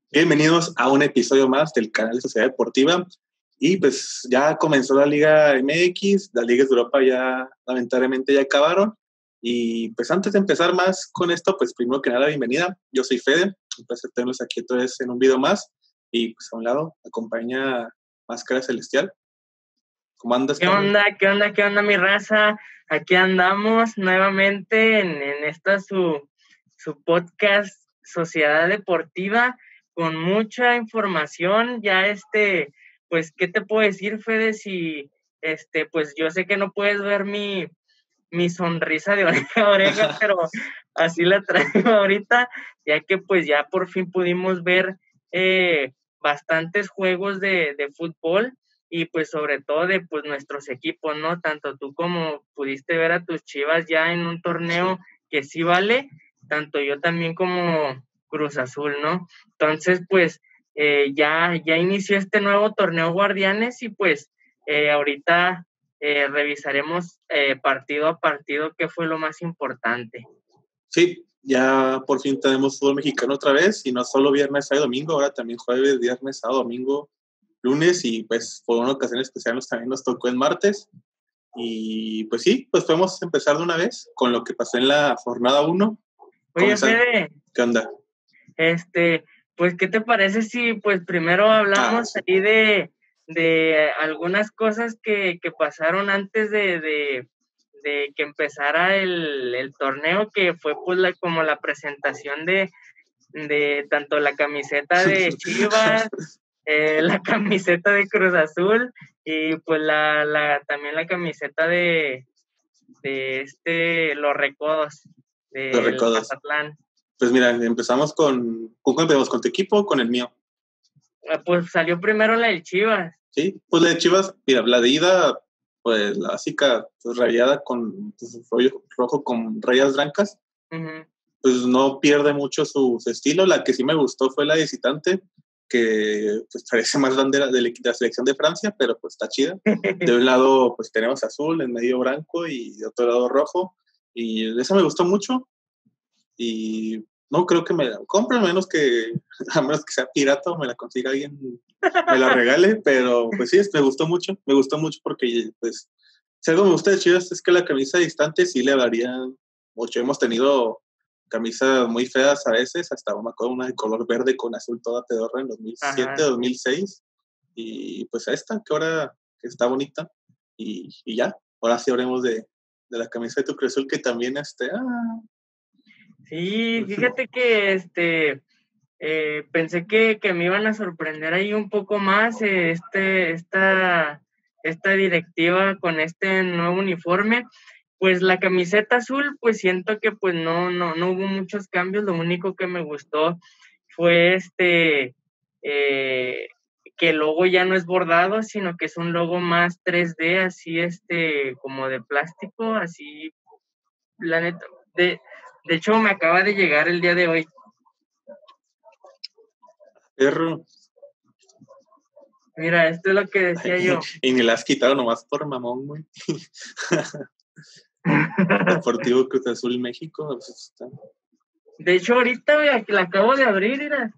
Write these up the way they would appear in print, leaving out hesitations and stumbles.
Bienvenidos a un episodio más del canal de Sociedad Deportiva. Y pues ya comenzó la Liga MX, las ligas de Europa ya lamentablemente ya acabaron. Y pues antes de empezar más con esto, pues primero que nada, bienvenida. Yo soy Fede, un placer tenerlos aquí otra vez en un video más. Y pues a un lado acompaña Máscara Celestial. ¿Cómo andas, ¿Qué carnal? onda? ¿Qué onda? ¿Qué onda, mi raza? Aquí andamos nuevamente en esta su podcast Sociedad Deportiva con mucha información. Ya pues, ¿qué te puedo decir, Fede? Si, pues yo sé que no puedes ver mi sonrisa de oreja a oreja, pero así la traigo ahorita, ya que pues ya por fin pudimos ver bastantes juegos de fútbol y pues sobre todo de pues nuestros equipos, ¿no? Tanto tú como pudiste ver a tus Chivas ya en un torneo que sí vale, tanto yo también como Cruz Azul, ¿no? Entonces pues ya inició este nuevo torneo Guardianes y pues ahorita revisaremos partido a partido qué fue lo más importante. Sí, ya por fin tenemos fútbol mexicano otra vez, y no solo viernes, sábado y domingo, ahora también jueves, viernes, sábado, domingo, lunes, y pues por una ocasión especial también nos tocó el martes. Y pues sí, pues podemos empezar de una vez con lo que pasó en la jornada 1. Oye, Fede, ¿Qué onda? pues, ¿qué te parece si pues primero hablamos Sí. ahí de algunas cosas que pasaron antes de que empezara el torneo, que fue pues como la presentación de tanto la camiseta de Chivas, la camiseta de Cruz Azul y pues también la camiseta de los Recodos Los del recodos. Mazatlán. Pues mira, empezamos ¿con cuál empezamos? ¿Con tu equipo o con el mío? Pues salió primero la del Chivas. Sí, pues la de Chivas, mira, la de ida, pues la básica, pues rayada con pues, rollo rojo con rayas blancas. Uh-huh. Pues no pierde mucho su estilo. La que sí me gustó fue la de visitante, que pues parece más bandera de la selección de Francia, pero pues está chida. De un lado pues tenemos azul, en medio blanco y de otro lado rojo, y esa me gustó mucho. Y no creo que me la compre, a menos que sea pirata o me la consiga alguien, me la regale, pero pues sí, me gustó mucho porque pues si algo me gusta de Chivas es que la camisa distante sí le varía mucho. Hemos tenido camisas muy feas a veces, hasta me acuerdo una de color verde con azul toda pedorra en 2007, Ajá. 2006, y pues esta que ahora está bonita, y ya, ahora sí hablemos de la camisa de tu Cruz Azul, que también Sí, fíjate que pensé que me iban a sorprender ahí un poco más esta directiva con este nuevo uniforme. Pues la camiseta azul, pues siento que pues no hubo muchos cambios. Lo único que me gustó fue que el logo ya no es bordado, sino que es un logo más 3D, así como de plástico, así, la neta. De hecho, me acaba de llegar el día de hoy. perro. Mira, esto es lo que decía yo. Y ni la has quitado nomás por mamón, güey. Deportivo Cruz Azul México. Pues está. De hecho, ahorita la acabo de abrir, mira.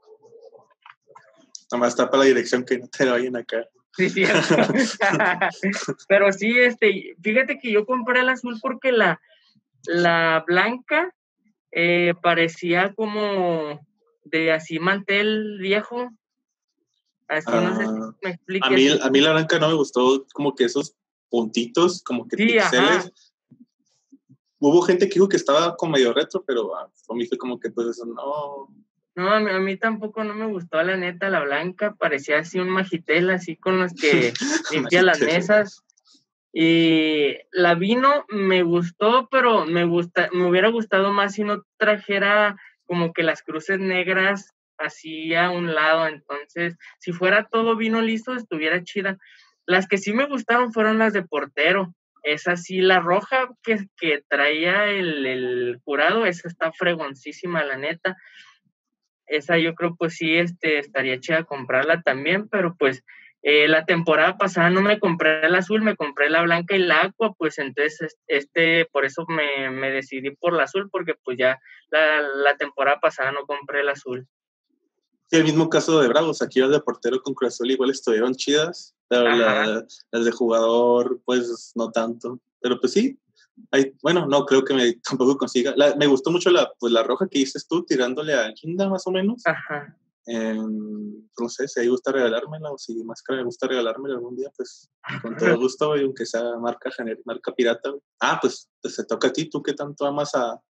Nomás está para la dirección, que no te la vayan acá. Sí, cierto. Pero sí, fíjate que yo compré el azul porque la blanca parecía como de así mantel viejo. Así, no sé si me expliques. A mí la blanca no me gustó, como que esos puntitos, como que Sí, pixeles. ajá. Hubo gente que dijo que estaba como medio retro, pero a mí fue como que pues eso no. No, a mí tampoco no me gustó, la neta, la blanca. Parecía así un Magitel, así con los que limpia las mesas. Y la vino me gustó, pero me hubiera gustado más si no trajera como que las cruces negras así a un lado. Entonces, si fuera todo vino liso, estuviera chida. Las que sí me gustaron fueron las de portero. Esa sí, la roja que traía el jurado, esa está fregoncísima, la neta. Esa yo creo pues sí estaría chida comprarla también, pero pues la temporada pasada no me compré el azul, me compré la blanca y la aqua, pues entonces por eso me decidí por la azul, porque pues ya la temporada pasada no compré el azul. Sí, el mismo caso de Bravos, aquí las de portero con Cruz Azul igual estuvieron chidas, pero las de jugador, pues no tanto. Pero pues sí, bueno, no creo que tampoco consiga. Me gustó mucho la roja que dices tú, tirándole a Ginda más o menos. Ajá. No sé, si a mí gusta regalármela o si Máscara me gusta regalármela algún día, pues con todo gusto, güey, aunque sea marca pirata. Güey. Pues se toca a ti, tú que tanto amas a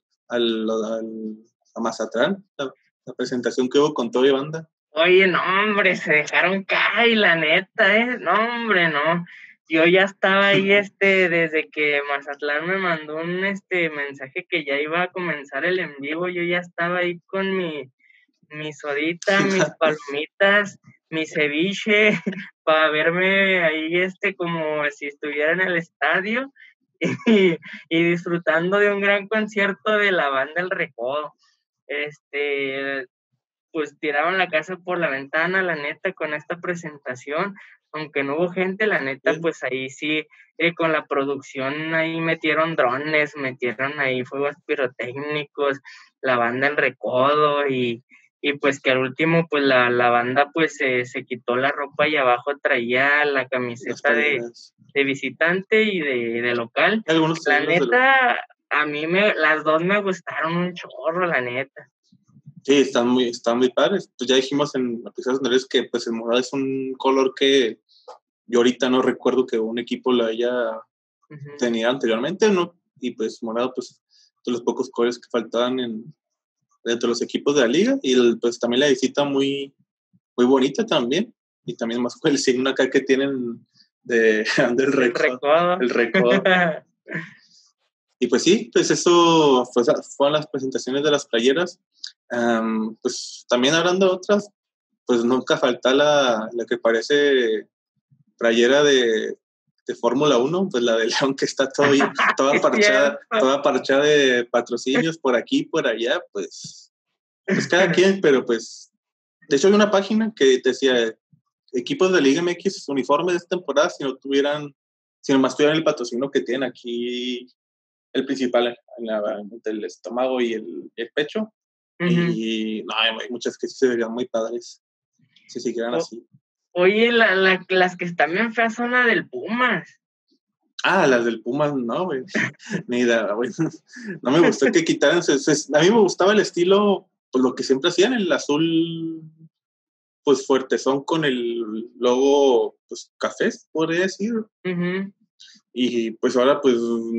Mazatlán, la presentación que hubo con todo y banda. Oye, no, hombre, se dejaron caer, la neta, no, hombre, no. Yo ya estaba ahí, desde que Mazatlán me mandó un, mensaje que ya iba a comenzar el en vivo, yo ya estaba ahí con mi sodita, mis palomitas, mi ceviche, para verme ahí, como si estuviera en el estadio y disfrutando de un gran concierto de la banda El Recodo. Pues tiraron la casa por la ventana, la neta, con esta presentación, aunque no hubo gente, la neta, pues ahí sí, con la producción ahí metieron drones, metieron ahí fuegos pirotécnicos, la banda El Recodo y pues que al último, pues la banda pues se quitó la ropa y abajo traía la camiseta de visitante y de local. La neta, a mí las dos me gustaron un chorro, la neta. Sí, están muy padres. Pues ya dijimos en episodios anteriores que pues el morado es un color que yo ahorita no recuerdo que un equipo lo haya tenido anteriormente, ¿no? Y pues morado, pues de los pocos colores que faltaban dentro de los equipos de la liga. Y pues también la visita muy, muy bonita también. Y también más con el signo acá que tienen del Recodo. El Recodo. Y pues sí, pues eso fueron las presentaciones de las playeras. Pues también hablando de otras, pues nunca falta la que parece playera de Fórmula 1, pues la de León que está toda parchada de patrocinios por aquí, por allá, pues cada quien, pero pues de hecho hay una página que decía equipos de Liga MX uniformes de esta temporada si nomás tuvieran el patrocinio que tienen aquí el principal el estómago y el pecho. Y no, hay muchas que sí se verían muy padres si siguieran así. Oye, las que están bien feas son las del Pumas. Las del Pumas, no, güey. Ni idea, güey. No me gustó que quitaran. A mí me gustaba el estilo, pues lo que siempre hacían, el azul, pues fuertezón con el logo, pues cafés, podría decir. Y pues ahora, pues,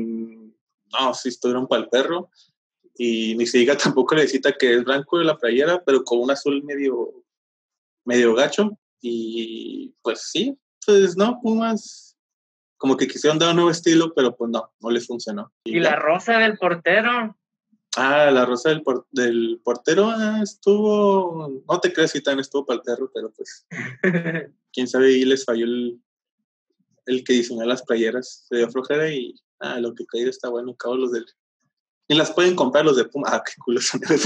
no, sí estuvieron para el perro. Y ni se diga tampoco necesita que es blanco de la playera, pero con un azul medio gacho. Y pues sí, pues no, Pumas como que quisieron dar un nuevo estilo, pero pues no les funcionó. ¿Y la rosa del portero? La rosa del portero estuvo, no te creas si tan estuvo para el perro, pero pues quién sabe, y les falló el que diseñó las playeras, se dio flojera y lo que caído está bueno, cabo los del... Y las pueden comprar los de Puma. Qué culo son de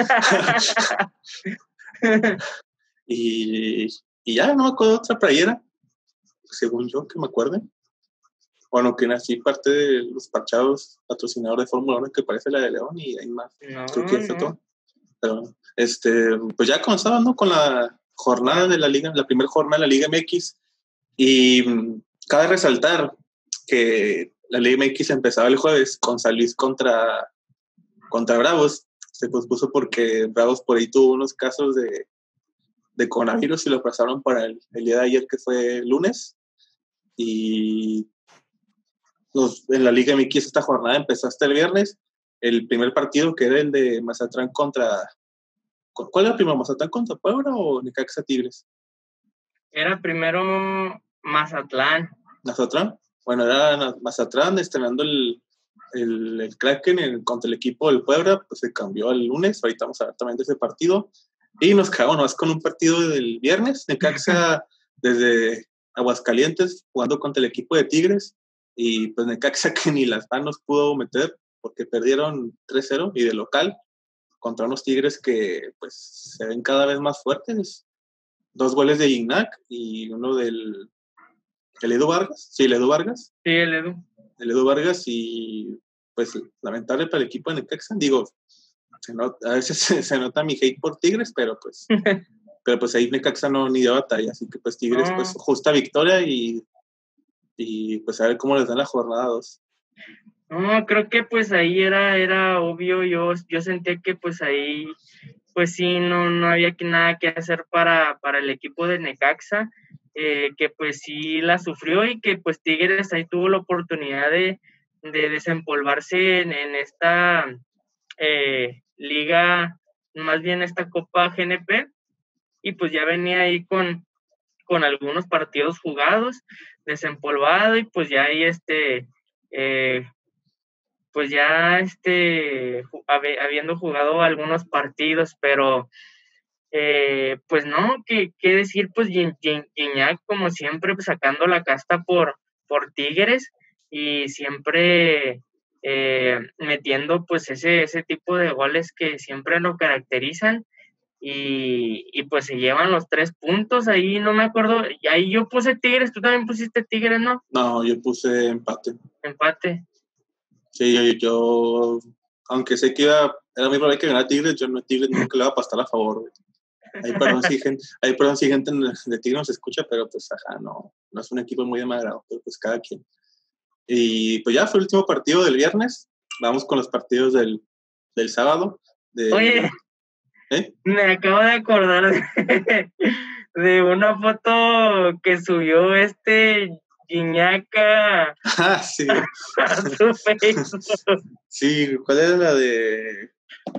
y ya, no me acuerdo de otra playera, según yo, que me acuerde. Bueno, que así parte de los parchados patrocinadores de Fórmula 1 que parece la de León y hay más. Creo que fue todo. Pero, pues ya comenzaba, ¿no? Con la jornada de la Liga, la primera jornada de la Liga MX. Y cabe resaltar que la Liga MX empezaba el jueves con San Luis contra Bravos. Se pospuso porque Bravos por ahí tuvo unos casos de coronavirus y lo pasaron para el día de ayer, que fue lunes. Y en la Liga MX esta jornada empezó hasta el viernes. El primer partido, que era el de Mazatlán ¿cuál era el primero? ¿Mazatlán contra Puebla o Necaxa Tigres? Era primero Mazatlán. ¿Mazatlán? Bueno, era Mazatlán estrenando el Kraken contra el equipo del Puebla, pues se cambió el lunes. Ahorita vamos a ver también de ese partido. Y nos quedamos más con un partido del viernes. Necaxa desde Aguascalientes jugando contra el equipo de Tigres. Y pues Necaxa que ni las manos pudo meter porque perdieron 3-0 y de local contra unos Tigres que pues se ven cada vez más fuertes. 2 goles de Gignac y uno del Edu Vargas. Sí, el Edu Vargas. Sí, el Edu. El Edu Vargas y pues lamentable para el equipo de Necaxa. Digo, A veces se nota mi hate por Tigres, pero pues ahí Necaxa no ni dio batalla, así que pues Tigres pues justa victoria y pues a ver cómo les dan la jornada 2. No, creo que pues ahí era obvio, yo sentía que pues ahí pues sí, no había nada que hacer para el equipo de Necaxa, que pues sí la sufrió y que pues Tigres ahí tuvo la oportunidad de desempolvarse en esta liga, más bien esta Copa GNP, y pues ya venía ahí con algunos partidos jugados, desempolvado, y pues ya ahí pues ya habiendo jugado algunos partidos, pero pues no, qué decir, pues Gignac como siempre pues, sacando la casta por Tigres y siempre metiendo pues ese tipo de goles que siempre lo caracterizan y pues se llevan los 3 puntos, ahí no me acuerdo, y ahí yo puse Tigres, tú también pusiste Tigres, ¿no? No, yo puse empate. Empate. Sí, yo aunque sé que era muy probable que ganara Tigres, yo no Tigres nunca le va a pasar a favor, güey. Ahí perdón si gente de Tigres nos escucha, pero pues ajá, no es un equipo muy de agrado, pero pues cada quien. Y pues ya fue el último partido del viernes. Vamos con los partidos del sábado. Oye, me acabo de acordar de una foto que subió Guiñaca sí. a su Facebook. Sí, ¿cuál era la de...?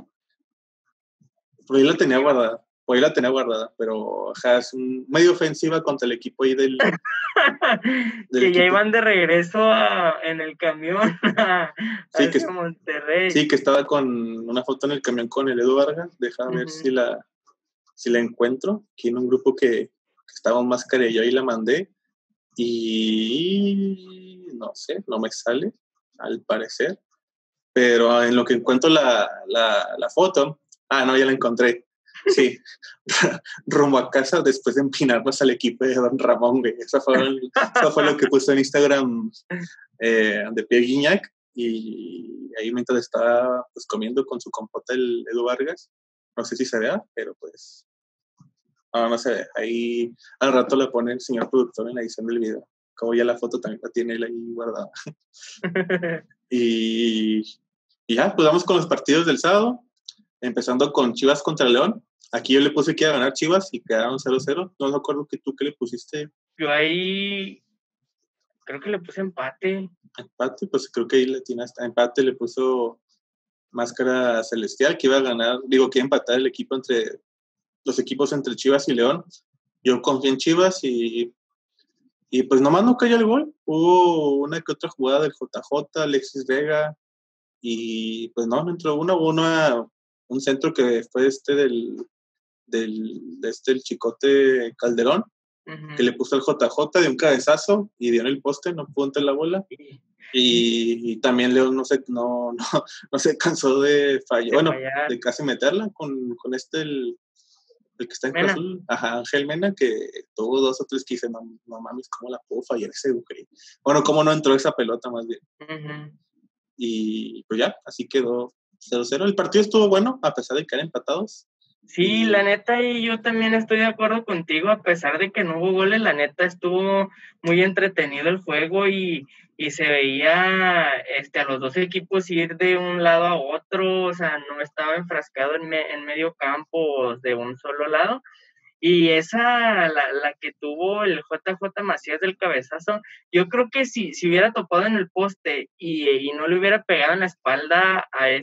Por ahí la tenía guardada, pero ajá, es un medio ofensiva contra el equipo ahí del que equipo. Ya iban de regreso en el camión hacia Monterrey. Sí, que estaba con una foto en el camión con el Edu Vargas. Déjame ver si la encuentro. Aquí en un grupo que estaba en máscara y yo ahí la mandé. Y no sé, no me sale, al parecer. Pero en lo que encuentro la foto, no, ya la encontré. Sí, rumbo a casa después de empinarnos al equipo de Don Ramón, güey. Eso fue lo que puso en Instagram de Pierre Gignac. Y ahí mientras estaba pues comiendo con su compota el Edu Vargas, no sé si se vea, pero pues no se ve. Ahí al rato la pone el señor productor en la edición del video. Como ya la foto también la tiene él ahí guardada. y ya, pues vamos con los partidos del sábado, empezando con Chivas contra León. Aquí yo le puse que iba a ganar Chivas y quedaron 0-0. No me acuerdo que tú qué le pusiste. Yo ahí creo que le puse empate. Empate, pues creo que ahí le tiene hasta empate, le puso Máscara Celestial, que iba a ganar, que iba a empatar el equipo entre los equipos entre Chivas y León. Yo confié en Chivas y pues nomás no cayó el gol. Hubo una que otra jugada del JJ, Alexis Vega, y pues no entró un centro que fue el Chicote Calderón, que le puso el JJ de un cabezazo y dio en el poste, no pudo entrar la bola. Y también León no se cansó de fallar, de casi meterla con el que está en Cruz Azul, Ángel Mena, que tuvo 2 o 3 que dice, no mames, ¿cómo la puedo fallar ese güey? Bueno, ¿cómo no entró esa pelota más bien? Y pues ya, así quedó 0-0. El partido estuvo bueno, a pesar de que eran empatados. Sí, la neta, y yo también estoy de acuerdo contigo, a pesar de que no hubo goles, la neta estuvo muy entretenido el juego y se veía a los dos equipos ir de un lado a otro, o sea, no estaba enfrascado en medio campo de un solo lado. Y la que tuvo el JJ Macías del cabezazo, yo creo que si hubiera topado en el poste y no le hubiera pegado en la espalda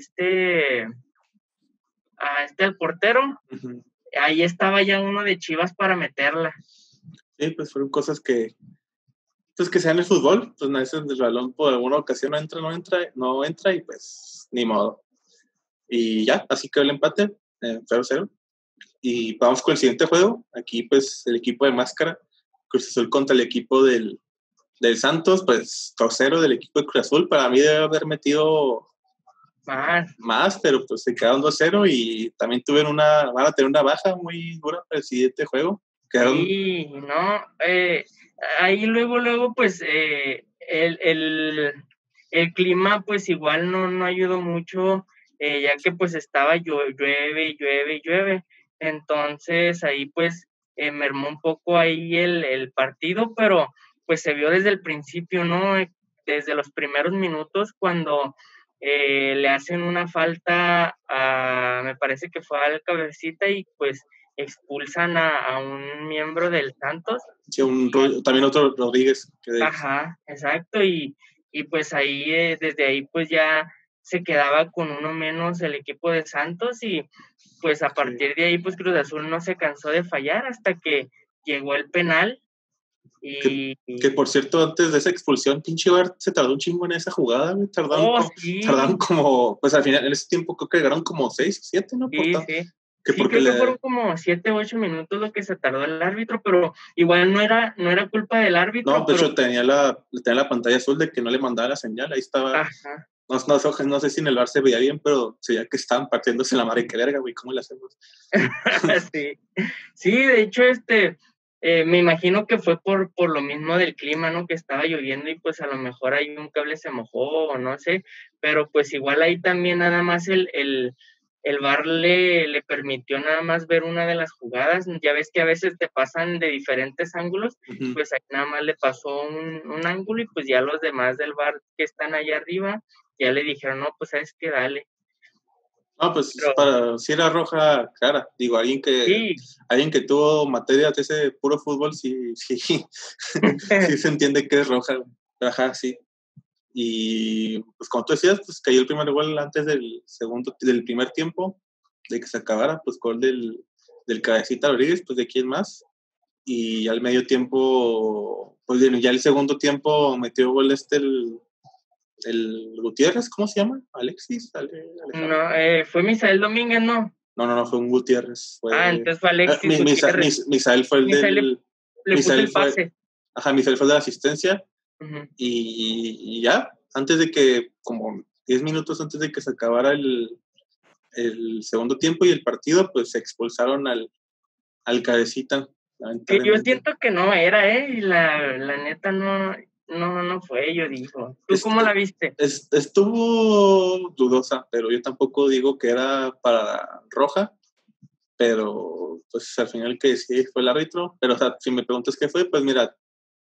al portero, ahí estaba ya uno de Chivas para meterla. Sí, pues fueron cosas que sea en el fútbol, pues a veces el balón por alguna ocasión no entra y pues ni modo. Y ya, así quedó el empate, 0-0. Y vamos con el siguiente juego. Aquí pues el equipo de Máscara, Cruz Azul contra el equipo del Santos, pues 2-0 del equipo de Cruz Azul. Para mí debe haber metido más, pero pues se quedaron 2-0 y también van a tener una baja muy dura para el siguiente juego. Sí, no, ahí luego pues el clima pues igual no ayudó mucho ya que pues estaba llueve y llueve y llueve. Entonces ahí pues mermó un poco ahí el partido, pero pues se vio desde el principio, ¿no? Desde los primeros minutos cuando le hacen una falta me parece que fue al Cabecita y pues expulsan a un miembro del Santos. Sí, también otro Rodríguez. Ajá, exacto, y pues ahí, desde ahí pues ya se quedaba con uno menos el equipo de Santos y pues a partir de ahí pues Cruz Azul no se cansó de fallar hasta que llegó el penal y... Que por cierto, antes de esa expulsión, pinche Bart se tardó un chingo en esa jugada, güey. Tardaron como, pues al final, en ese tiempo creo que llegaron como 6 o 7, ¿no? Sí. Creo que fueron como 7 o 8 minutos lo que se tardó el árbitro, pero igual no era culpa del árbitro. No, de hecho tenía la pantalla azul de que no le mandaba la señal, ahí estaba. Ajá. No sé si en el bar se veía bien, pero se veía que estaban partiéndose la madre, que verga, güey, ¿cómo le hacemos? Sí, de hecho, me imagino que fue por lo mismo del clima, ¿no? Que estaba lloviendo y pues a lo mejor ahí un cable se mojó o no sé, pero pues igual ahí también nada más el VAR le permitió nada más ver una de las jugadas. Ya ves que a veces te pasan de diferentes ángulos, pues ahí nada más le pasó un ángulo y pues ya los demás del VAR que están allá arriba ya le dijeron, no, pues sabes que dale. No, pues si era roja clara, digo, alguien que tuvo materias de ese puro fútbol, sí se entiende que es roja. Ajá, sí. Y pues como tú decías, pues cayó el primer gol antes del primer tiempo, de que se acabara, pues gol del Cabecita Rodríguez, pues de quién más. Y al medio tiempo, pues ya el segundo tiempo metió gol el Gutiérrez, ¿cómo se llama? Alexis. No, fue Misael Domínguez, ¿no? No, fue un Gutiérrez. Entonces fue Alexis Gutiérrez. Misael fue el le puso el pase. Misael fue de la asistencia. Uh-huh. Y ya, antes de que, como 10 minutos antes de que se acabara el segundo tiempo y el partido, pues se expulsaron al Cabecita. Que yo siento que no era, y la neta no fue, yo digo. ¿Tú cómo la viste? Estuvo dudosa, pero yo tampoco digo que era para roja, pero pues al final que sí fue el árbitro. Pero o sea, si me preguntas qué fue, pues mira,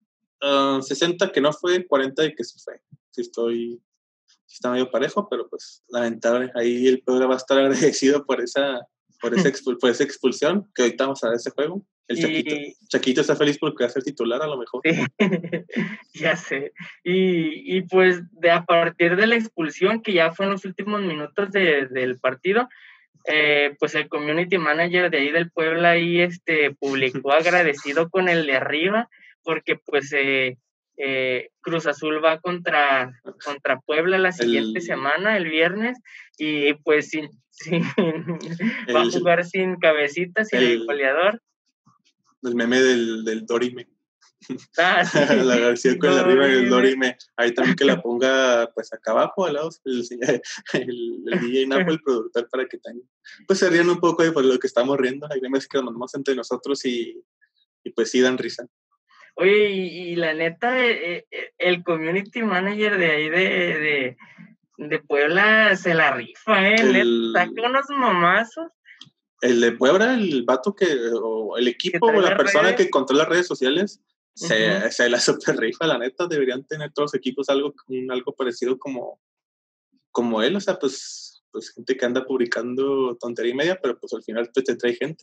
60 que no fue, 40 de que sí fue. Sí está medio parejo, pero pues lamentable. Ahí el Puebla va a estar agradecido por esa expulsión, que ahorita vamos a ver ese juego. Chaquito está feliz porque va a ser titular a lo mejor. Sí, ya sé. Y pues a partir de la expulsión, que ya fue en los últimos minutos del partido, pues el community manager de ahí del Puebla ahí publicó agradecido con el de arriba, porque pues Cruz Azul va contra Puebla la siguiente semana, el viernes, y pues va a jugar sin Cabecita, sin el goleador. El meme del Dorime. Sí. La García con la arriba del Dorime. Ahí también que la ponga pues acá abajo al lado el DJ Napo, el productor, para que también pues se rían un poco de por lo que estamos riendo. Hay memes que nos mandamos entre nosotros y pues sí dan risa. Oye, y la neta, el community manager de ahí de Puebla se la rifa, neta, saca unos mamazos. El de Puebla, el vato o el equipo o la persona que controla las redes sociales, se la super rifa, la neta. Deberían tener todos los equipos algo parecido como él. O sea, pues gente que anda publicando tontería y media, pero pues al final te trae gente.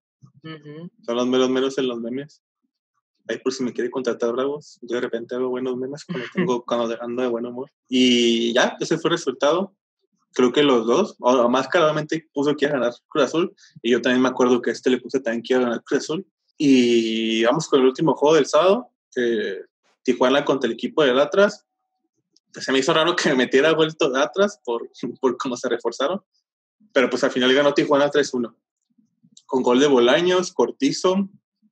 Son los menos en los memes. Ahí por si me quiere contratar Bravos, yo de repente hago buenos memes cuando ando de buen humor. Y ya, ese fue el resultado. Creo que los dos, o más claramente puso que iba a ganar Cruz Azul, y yo también me acuerdo que le puse también que iba a ganar Cruz Azul. Y vamos con el último juego del sábado, Tijuana contra el equipo del Atlas. Pues se me hizo raro que me metiera vuelto de Atlas por cómo se reforzaron, pero pues al final ganó Tijuana 3-1, con gol de Bolaños, Cortizo,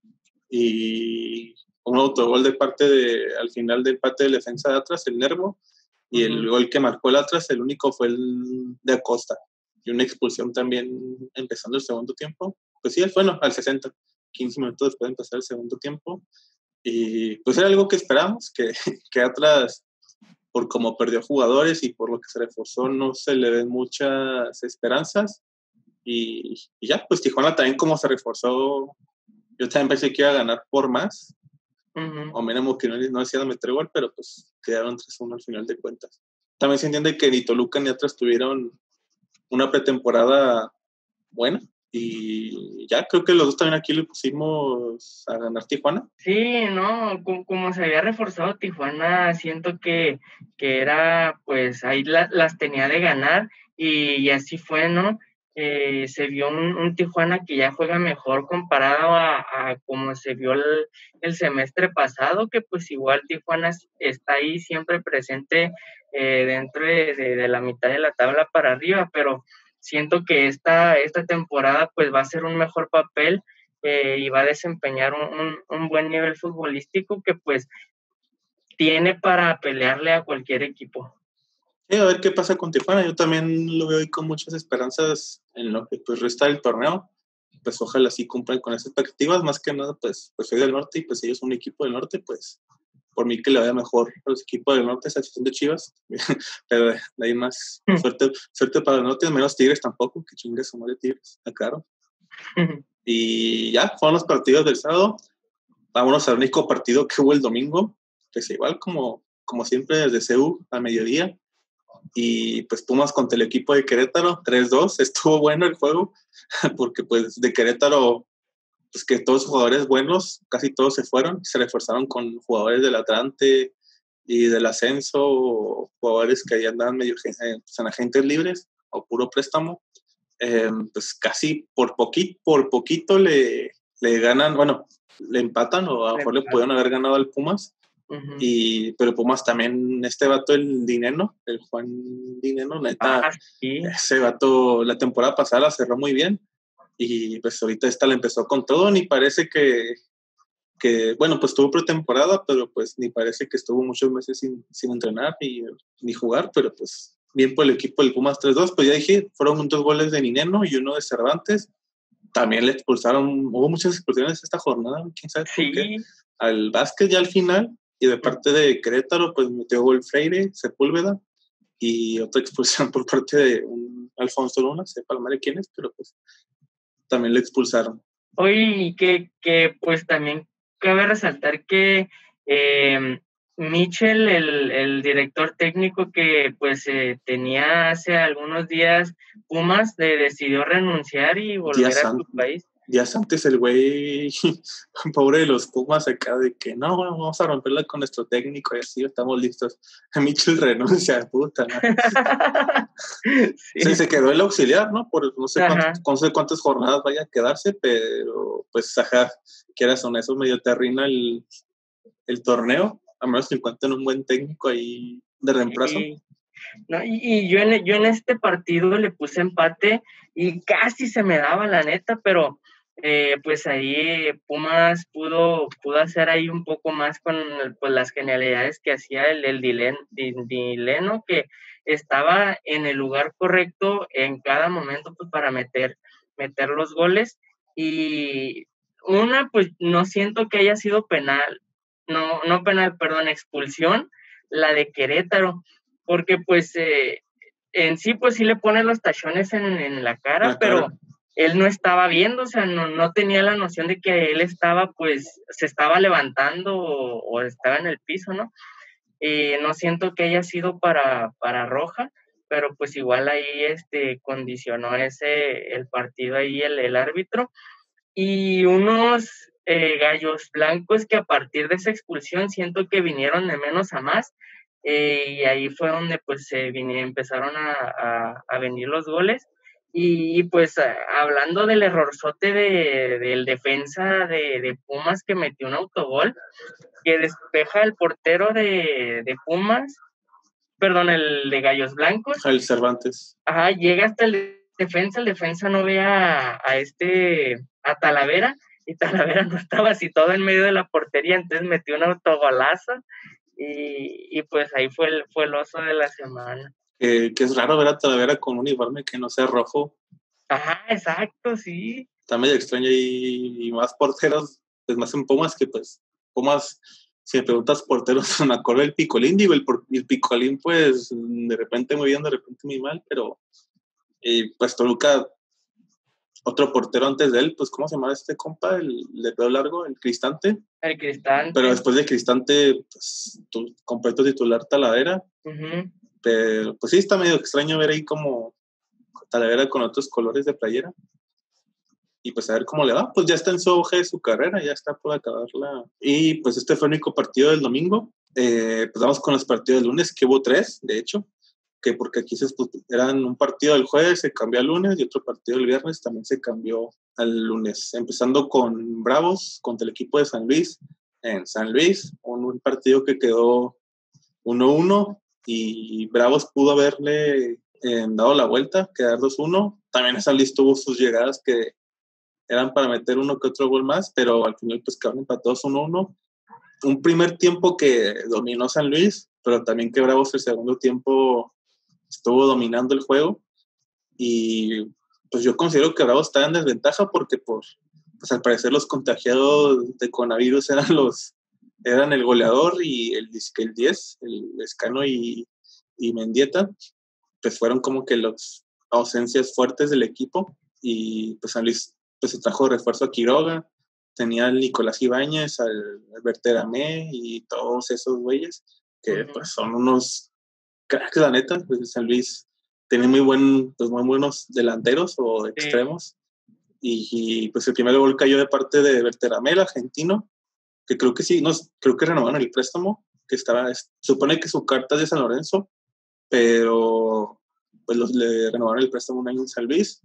y un autogol al final del empate de defensa de Atlas, el Nervo, y el gol que marcó el Atlas, el único fue el de Acosta, y una expulsión también empezando el segundo tiempo. Pues sí, al 60, 15 minutos después de empezar el segundo tiempo, y pues era algo que esperamos, que Atlas por cómo perdió jugadores y por lo que se reforzó, no se le ven muchas esperanzas. Y ya, pues Tijuana también como se reforzó, yo también pensé que iba a ganar por más, o mínimo que no decían meter gol, pero pues quedaron 3-1 al final de cuentas. También se entiende que ni Toluca ni Atlas tuvieron una pretemporada buena, y ya creo que los dos también aquí le pusimos a ganar Tijuana. Sí, no, como se había reforzado Tijuana, siento que era, pues ahí las tenía de ganar y así fue, ¿no? Se vio un Tijuana que ya juega mejor comparado a como se vio el semestre pasado, que pues igual Tijuana está ahí siempre presente dentro de la mitad de la tabla para arriba, pero siento que esta temporada pues va a ser un mejor papel y va a desempeñar un buen nivel futbolístico que pues tiene para pelearle a cualquier equipo. Sí, a ver qué pasa con Tijuana. Yo también lo veo ahí con muchas esperanzas en lo que pues resta del torneo. Pues ojalá sí cumplan con esas expectativas. Más que nada, pues soy del norte y pues ellos son un equipo del norte, pues por mí que le vaya mejor a los equipos del norte, excepción de Chivas. Pero de ahí más suerte para el norte, menos Tigres tampoco, que chingue su madre Tigres, está claro. Y ya, fueron los partidos del sábado. Vámonos al único partido que hubo el domingo, que es igual como siempre desde CU a mediodía. Y pues Pumas contra el equipo de Querétaro, 3-2. Estuvo bueno el juego, porque pues de Querétaro, pues que todos los jugadores buenos, casi todos se fueron, se reforzaron con jugadores del Atlante y del Ascenso, jugadores que ahí andaban medio pues, en agentes libres o puro préstamo. Pues casi por poquito le ganan, bueno, le empatan o a lo mejor le pudieron haber ganado al Pumas. Pero Pumas también, este vato, el Dineno, el Juan Dineno, neta, sí. Ese vato la temporada pasada la cerró muy bien y pues ahorita esta la empezó con todo, ni parece que bueno, pues tuvo pretemporada, pero pues ni parece que estuvo muchos meses sin entrenar ni jugar, pero pues bien por el equipo del Pumas 3-2, pues ya dije, fueron 2 goles de Dineno y 1 de Cervantes. También le expulsaron, hubo muchas expulsiones esta jornada, quién sabe por qué. Al Vázquez ya al final, y de parte de Querétaro, pues metió gol Freire, Sepúlveda, y otra expulsión por parte de un Alfonso Luna, sepa la madre quién es, pero pues también le expulsaron. Oye, y que pues también cabe resaltar que Michel, el director técnico que pues tenía hace algunos días Pumas, decidió renunciar y volver a su país. Días antes el güey, pobre de los Pumas acá, de que no, vamos a romperla con nuestro técnico y así estamos listos. Michel renuncia, puta. Sí, se quedó el auxiliar, ¿no? Por no sé cuántas jornadas vaya a quedarse, pero pues, quieras o no, eso medio te arruina el torneo, a menos que encuentren un buen técnico ahí de reemplazo. No, y yo en este partido le puse empate y casi se me daba, la neta, pero pues ahí Pumas pudo hacer ahí un poco más con pues, las genialidades que hacía el Dileno, que estaba en el lugar correcto en cada momento pues, para meter los goles. Y pues no siento que haya sido penal, no penal, perdón, expulsión, la de Querétaro, porque pues en sí pues sí le pone los tachones en la cara, pero él no estaba viendo, o sea, no tenía la noción de que él estaba pues, se estaba levantando o estaba en el piso, ¿no? No siento que haya sido para roja, pero pues igual ahí condicionó el partido ahí el árbitro. Y unos gallos blancos que a partir de esa expulsión siento que vinieron de menos a más, y ahí fue donde pues empezaron a venir los goles. Y pues hablando del errorzote del defensa de Pumas que metió un autogol, que despeja el portero de Pumas, perdón, el de Gallos Blancos. El Cervantes. Ajá, llega hasta el defensa no ve a Talavera, y Talavera no estaba situado en medio de la portería, entonces metió un autogolazo, y pues ahí fue el oso de la semana. Que es raro ver a Talavera con un uniforme que no sea rojo. Ajá, exacto, sí. Está medio extraño y más porteros, pues más en Pumas, que pues Pumas Si me preguntas porteros, me acuerdo del Picolín, digo, el Picolín, pues, de repente muy bien, de repente muy mal, pero, pues, Toluca, otro portero antes de él, pues, ¿cómo se llama este compa? El de pelo largo, el Cristante. El Cristante. Pero después de Cristante, pues, completo titular Talavera. Uh-huh. Pero, pues, sí, está medio extraño ver ahí como Talavera con otros colores de playera. Y pues a ver cómo le va. Pues ya está en su auge de su carrera, ya está por acabarla. Y pues este fue el único partido del domingo. Pues vamos con los partidos del lunes, que hubo 3, de hecho, que porque aquí eran un partido del jueves, se cambió al lunes, y otro partido el viernes también se cambió al lunes. Empezando con Bravos contra el equipo de San Luis, en San Luis, un partido que quedó 1-1, y Bravos pudo haberle dado la vuelta, quedar 2-1. También San Luis tuvo sus llegadas que eran para meter uno que otro gol más, pero al final pues quedaron empatados 1-1. Un primer tiempo que dominó San Luis, pero también que Bravos el segundo tiempo estuvo dominando el juego, y pues yo considero que Bravos estaba en desventaja porque pues al parecer los contagiados de coronavirus eran el goleador y el 10, el Escano y Mendieta, pues fueron como que las ausencias fuertes del equipo, y pues San Luis pues se trajo refuerzo a Quiroga, tenía al Nicolás Ibáñez, al Berteramé y todos esos güeyes que pues son unos cracks, la neta. Pues San Luis tiene muy buenos delanteros o extremos, y pues el primer gol cayó de parte de Berteramé, el argentino, que creo que sí, creo que renovaron el préstamo, que supone que su carta es de San Lorenzo, pero pues le renovaron el préstamo un año en San Luis.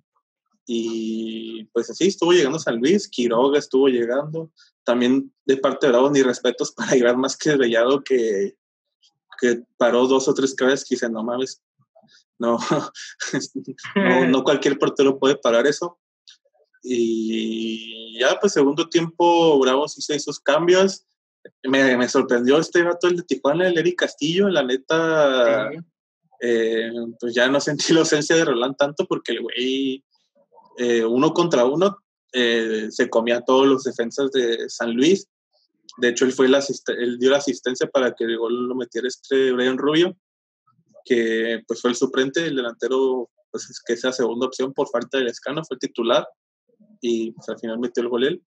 Y pues así estuvo llegando San Luis, Quiroga estuvo llegando, también de parte de Bravos, ni respetos para Iván Másquez Bellado, que paró 2 o 3 cabezas, que dice, no mames, no, no cualquier portero puede parar eso. Y ya pues segundo tiempo Bravos hizo esos cambios. Me sorprendió este vato, el de Tijuana, el Eric Castillo, la neta. Sí. Pues ya no sentí la ausencia de Roland tanto, porque el güey 1 contra 1 se comía a todos los defensas de San Luis. De hecho, él dio la asistencia para que el gol lo metiera Brian Rubio, que pues fue el suplente, el delantero, pues es que esa segunda opción por falta del Escano, fue el titular, y pues al final metió el gol él.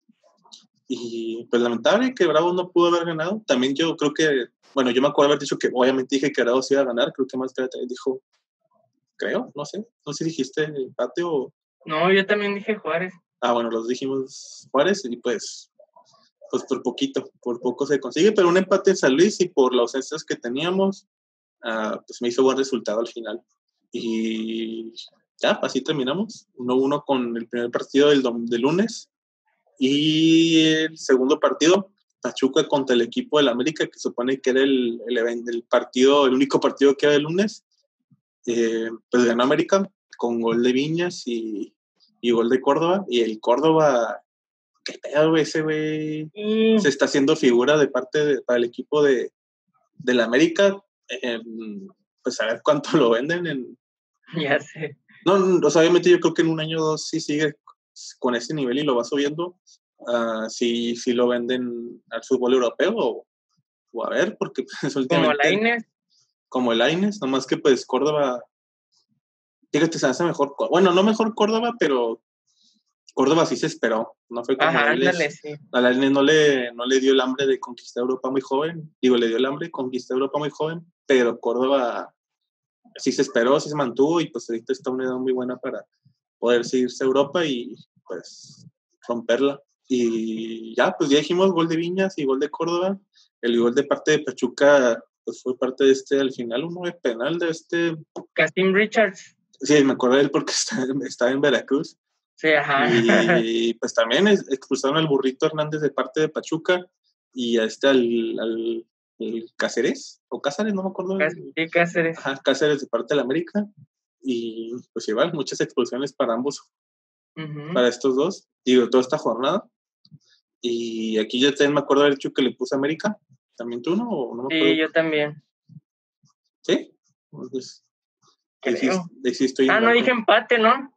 Y pues lamentable que Bravos no pudo haber ganado. También yo creo que, bueno, yo me acuerdo haber dicho que obviamente dije que Bravos iba a ganar, creo que más que también dijo, no sé si dijiste empate o... No, yo también dije Juárez. Bueno, los dijimos Juárez, y pues por poco se consigue, pero un empate en San Luis, y por las ausencias que teníamos, pues me hizo buen resultado al final. Y ya, así terminamos, 1-1 con el primer partido del lunes, y el segundo partido, Pachuca contra el equipo del América, que supone que era el único partido que era el lunes. Pues ganó América con gol de Viñas y gol de Córdoba, y el Córdoba, qué pedo, ese güey se está haciendo figura para el equipo de la América. Pues a ver cuánto lo venden ya sé. No, o sea, obviamente yo creo que en un año o dos sí sigue con ese nivel y lo va subiendo. Si lo venden al fútbol europeo o a ver, porque pues, últimamente como el Lainez, nomás que pues Córdoba, fíjate, se hace mejor, bueno, no mejor Córdoba, pero Córdoba sí se esperó, no fue como Lainez. Sí. A Lainez no le dio el hambre de conquistar Europa muy joven, le dio el hambre de conquistar Europa muy joven, pero Córdoba sí se esperó, sí se mantuvo, y pues ahorita está una edad muy buena para poder seguirse a Europa y pues romperla. Y ya, pues ya dijimos gol de Viñas y gol de Córdoba. El gol de parte de Pachuca pues fue parte de al final, uno de penal de Cassim Richards. Sí, me acuerdo de él porque estaba en Veracruz. Sí, ajá. Y pues también expulsaron al Burrito Hernández de parte de Pachuca, y a al Cáceres, o Cáceres, no me acuerdo. Sí, Cáceres. Ajá, Cáceres de parte de la América. Y pues igual, muchas expulsiones para ambos, para estos dos, toda esta jornada. Y aquí yo también me acuerdo haber dicho que le puse a América. ¿También tú, no? ¿O no me acuerdo? Sí, yo también. ¿Sí? Pues, creo. Estoy no dije empate, ¿no?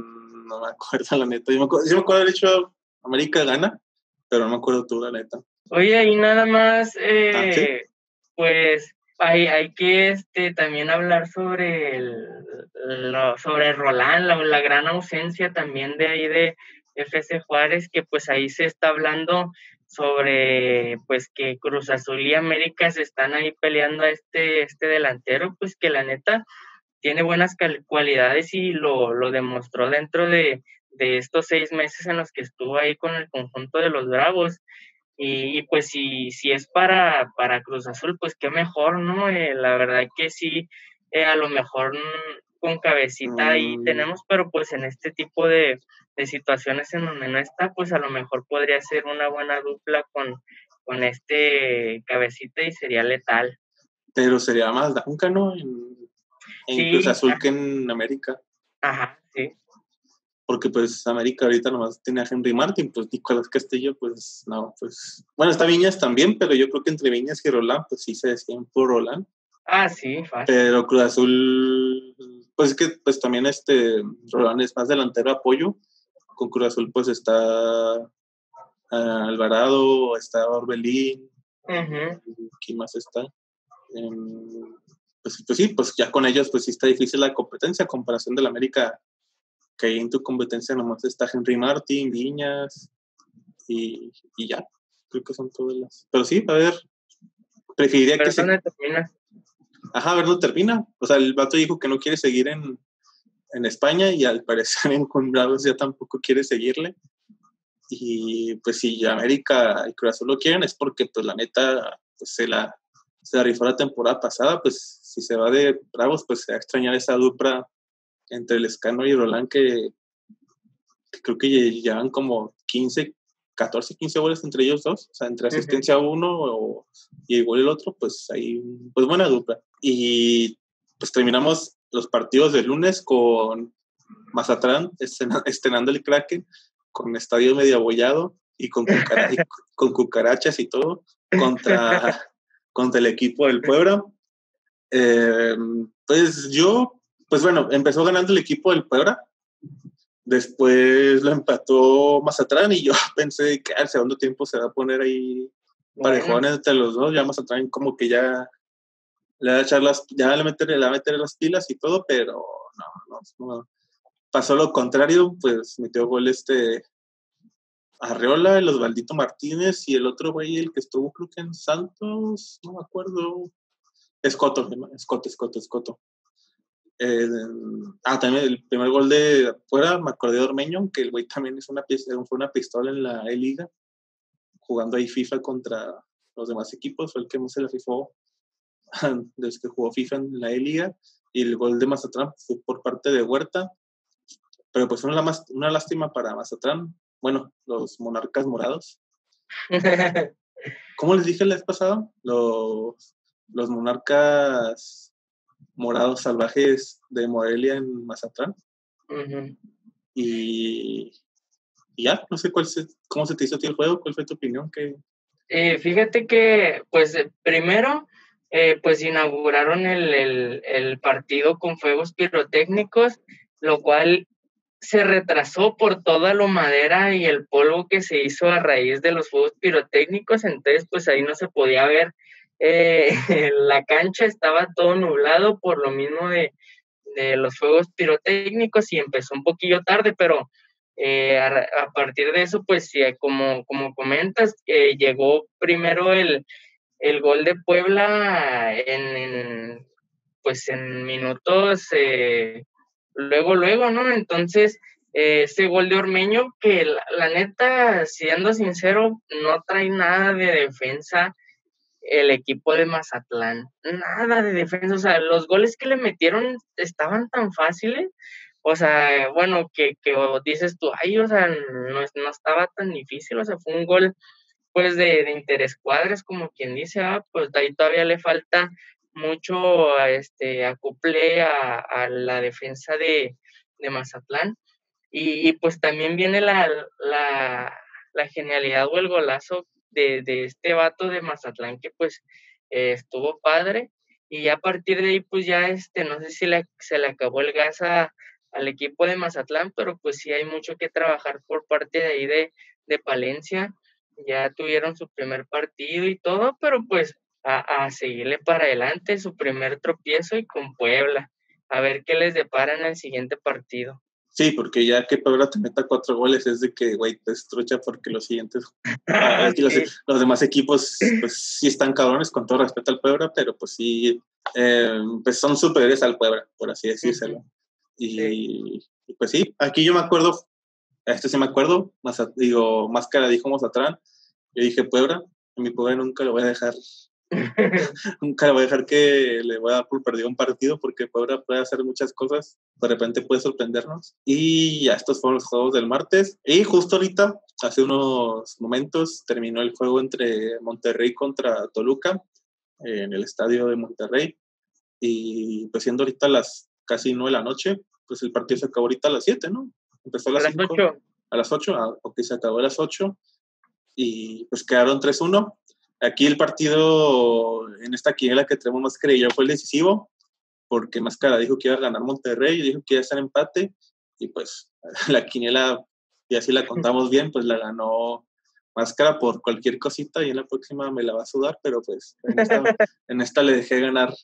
No me acuerdo, la neta. Yo me acuerdo haber dicho América gana, pero no me acuerdo tú, la neta. Oye, y nada más, ¿Sí? pues hay que también hablar sobre sobre Roland, la gran ausencia también de ahí de FC Juárez, que pues ahí se está hablando sobre pues que Cruz Azul y América se están ahí peleando a este delantero, pues que la neta tiene buenas cualidades y lo demostró dentro de estos 6 meses en los que estuvo ahí con el conjunto de los Bravos. Y pues si es para Cruz Azul, pues qué mejor, ¿no? La verdad que sí, a lo mejor con Cabecita ahí Mm, tenemos, pero pues en este tipo de situaciones en donde no está, pues a lo mejor podría ser una buena dupla con este Cabecita y sería letal. pero sería más Duncan, ¿no? En Cruz Sí, Azul que en América. ajá, sí. Porque pues América ahorita nomás tiene a Henry Martin, pues Nicolás Castillo, pues no, pues bueno, está Viñas también, pero yo creo que entre Viñas y Roland, pues sí se decían por Roland, Ah, sí, fácil. pero Cruz Azul, pues es que pues también Roland es más delantero apoyo, con Cruz Azul pues está Alvarado, está Orbelín, Ujú. ¿quién más está? Em, pues sí, pues ya con ellos pues sí está difícil la competencia a comparación del América, que ahí en tu competencia nomás está Henry Martin, Viñas y ya, creo que son todas las. Pero sí, a ver, preferiría que Pero se. ¿dónde termina? Ajá, a ver, no termina. O sea, el vato dijo que no quiere seguir en España y al parecer en Bravos ya tampoco quiere seguirle. Y pues si América y Cruz Azul lo quieren es porque pues la neta pues, se la rifó la temporada pasada, pues si se va de Bravos pues se va a extrañar esa dupla entre Lescano y Roland que creo que llevan como 15 goles entre ellos dos, o sea, entre Ujú. asistencia uno y igual el otro, pues ahí, pues buena dupla. Y pues terminamos los partidos del lunes con Mazatlán estrenando el Kraken, con estadio medio abollado y con cucarachas y todo, contra el equipo del Puebla. Eh, pues bueno, empezó ganando el equipo del Puebla. Después lo empató Mazatlán y yo pensé que al segundo tiempo se va a poner ahí Bueno, parejones entre los dos. Ya Mazatlán como que ya le va a echar le va a meter las pilas y todo, pero no. Pasó lo contrario, pues metió gol Arreola, el Osvaldito Martínez y el otro güey, el que estuvo creo que en Santos, no me acuerdo. Escoto. También el primer gol de fuera, me acordé de Ormeño, que el güey también fue una pistola en la E-Liga, jugando ahí FIFA contra los demás equipos, fue el que más se le rifó desde que jugó FIFA en la E-Liga, y el gol de Mazatlán fue por parte de Huerta, pero pues una lástima para Mazatlán, bueno, los monarcas morados. ¿Cómo les dije la vez pasada? Los monarcas morados salvajes de Morelia en Mazatlán. ujú. Y, y ya, no sé cómo se te hizo a ti el juego, cuál fue tu opinión. Fíjate que, pues, primero, pues inauguraron el partido con fuegos pirotécnicos, lo cual se retrasó por toda la madera y el polvo que se hizo a raíz de los fuegos pirotécnicos, entonces, pues ahí no se podía ver la cancha, estaba todo nublado por lo mismo de los fuegos pirotécnicos y empezó un poquillo tarde, pero a partir de eso, pues como comentas, llegó primero el gol de Puebla pues en minutos, luego, ¿no? Entonces, ese gol de Ormeño, que la neta, siendo sincero, no trae nada de defensa el equipo de Mazatlán, nada de defensa, o sea, los goles que le metieron estaban tan fáciles, o sea, bueno, que dices tú, ay, o sea, no estaba tan difícil, o sea, fue un gol, pues, de interescuadras, como quien dice, pues, de ahí todavía le falta mucho, acople a la defensa de Mazatlán, pues también viene la genialidad o el golazo de este vato de Mazatlán que pues estuvo padre y ya a partir de ahí pues ya no sé si se le acabó el gas al equipo de Mazatlán, pero pues sí hay mucho que trabajar por parte de ahí de Palencia ya tuvieron su primer partido y todo, pero pues a seguirle para adelante, su primer tropiezo y con Puebla, a ver qué les depara en el siguiente partido. Sí, porque ya que Puebla te meta 4 goles es de que, güey, te estrucha porque los siguientes, es que Sí, los demás equipos, pues sí están cabrones, con todo respeto al Puebla, pero pues sí, pues son superiores al Puebla, por así decírselo. sí. Y pues sí, aquí yo me acuerdo, sí me acuerdo, Máscara dijo Mazatlán, yo dije Puebla, a mi Puebla nunca lo voy a dejar. Nunca le voy a dejar que le voy a dar por perdido un partido porque Puebla puede hacer muchas cosas. De repente puede sorprendernos. Y ya estos fueron los juegos del martes. Y justo ahorita, hace unos momentos, terminó el juego entre Monterrey contra Toluca en el estadio de Monterrey. Y pues siendo ahorita las casi 9 de la noche, pues el partido se acabó ahorita a las 7, ¿no? Empezó a A las las 5. 8. A las 8, porque se acabó a las 8. Y pues quedaron 3-1. Aquí el partido en esta quiniela que tenemos más creído fue el decisivo, porque Máscara dijo que iba a ganar Monterrey, y dijo que iba a estar empate, y pues la quiniela, y así la contamos bien, pues la ganó Máscara por cualquier cosita, y en la próxima me la va a sudar, pero pues en esta le dejé ganar.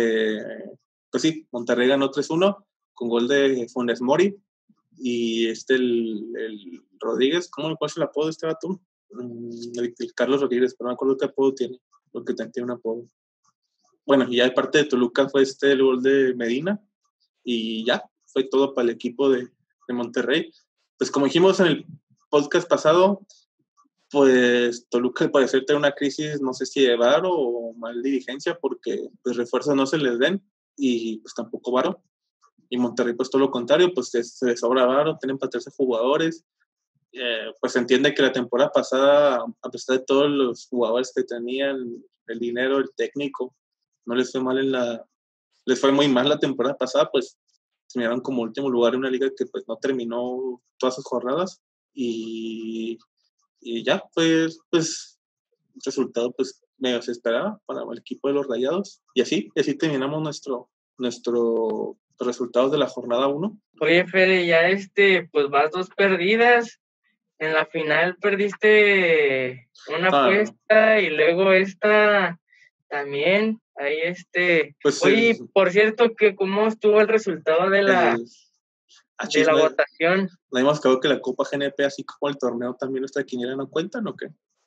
Pues sí, Monterrey ganó 3-1 con gol de Funes Mori, y el Rodríguez, ¿cuál es el apodo de este vato? El Carlos Rodríguez, pero no me acuerdo qué apodo tiene, porque tiene un apodo. Bueno, y ya de parte de Toluca fue el gol de Medina, y ya, fue todo para el equipo de Monterrey. Pues como dijimos en el podcast pasado, pues Toluca al parecer tiene una crisis, no sé si de varo o mal dirigencia, porque pues refuerzos no se les den, y pues tampoco varo. Y Monterrey pues todo lo contrario, pues se les sobra varo, tienen para 13 jugadores. Pues se entiende que la temporada pasada, a pesar de todos los jugadores que tenían, el dinero, el técnico, no les fue les fue muy mal la temporada pasada, pues terminaron como último lugar en una liga que pues no terminó todas sus jornadas, y ya pues un resultado pues medio se esperaba para el equipo de los Rayados, y así terminamos nuestro resultados de la jornada 1. Oye, Fede, ya pues vas 2 perdidas. En la final perdiste una apuesta y luego esta también. Ahí Pues Oye, por cierto, que ¿cómo estuvo el resultado de la votación? ¿No hemos quedado que la Copa GNP, así como el torneo, también nuestra quiniela no cuentan o qué?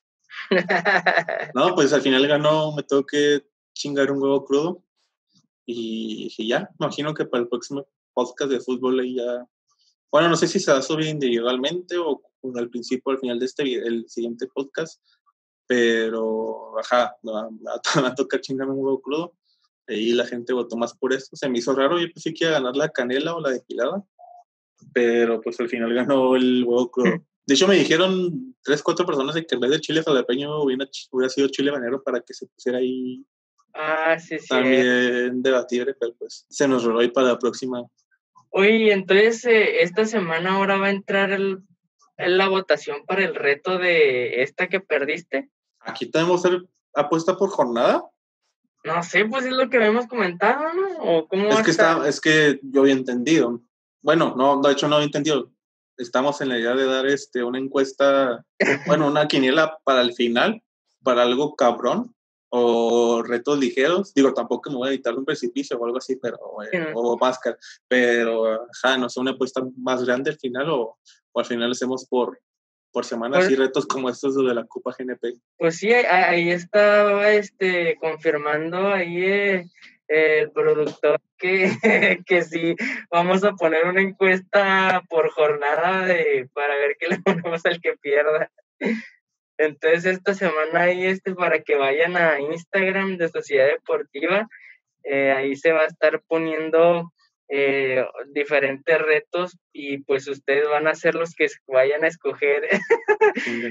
No, pues al final ganó, me tengo que chingar un huevo crudo, y ya, imagino que para el próximo podcast de fútbol ahí ya, bueno, no sé si se va a subir individualmente o al principio o al final de el siguiente podcast, pero ajá, me va a tocar chingarme un huevo crudo, y la gente votó más por eso. Se me hizo raro, yo pensé que iba a ganar la canela o la depilada, pero pues al final ganó el huevo crudo. De hecho, me dijeron 3-4 personas de que en vez de chile jalapeño hubiera sido chile habanero para que se pusiera ahí Sí, sí. también debatible, pero pues se nos roló ahí para la próxima. Oye, entonces esta semana ahora va a entrar la votación para el reto de esta que perdiste. Aquí tenemos apuesta por jornada. No sé, pues es lo que habíamos comentado, ¿no? ¿O cómo va a estar? Es que yo había entendido. Bueno, no, de hecho no había entendido. Estamos en la idea de dar una encuesta, bueno, una quiniela para el final, para algo cabrón, o retos ligeros. Digo, tampoco me voy a evitar un precipicio o algo así, pero, o máscara. Pero, ajá, no sé, una apuesta más grande al final, o al final hacemos por semanas, y retos como estos de la Copa GNP. Pues sí, ahí estaba confirmando ahí el productor que, que sí, vamos a poner una encuesta por jornada para ver qué le ponemos al que pierda. Entonces esta semana ahí para que vayan a Instagram de Sociedad Deportiva, ahí se va a estar poniendo diferentes retos, y pues ustedes van a ser los que vayan a escoger ¿Qué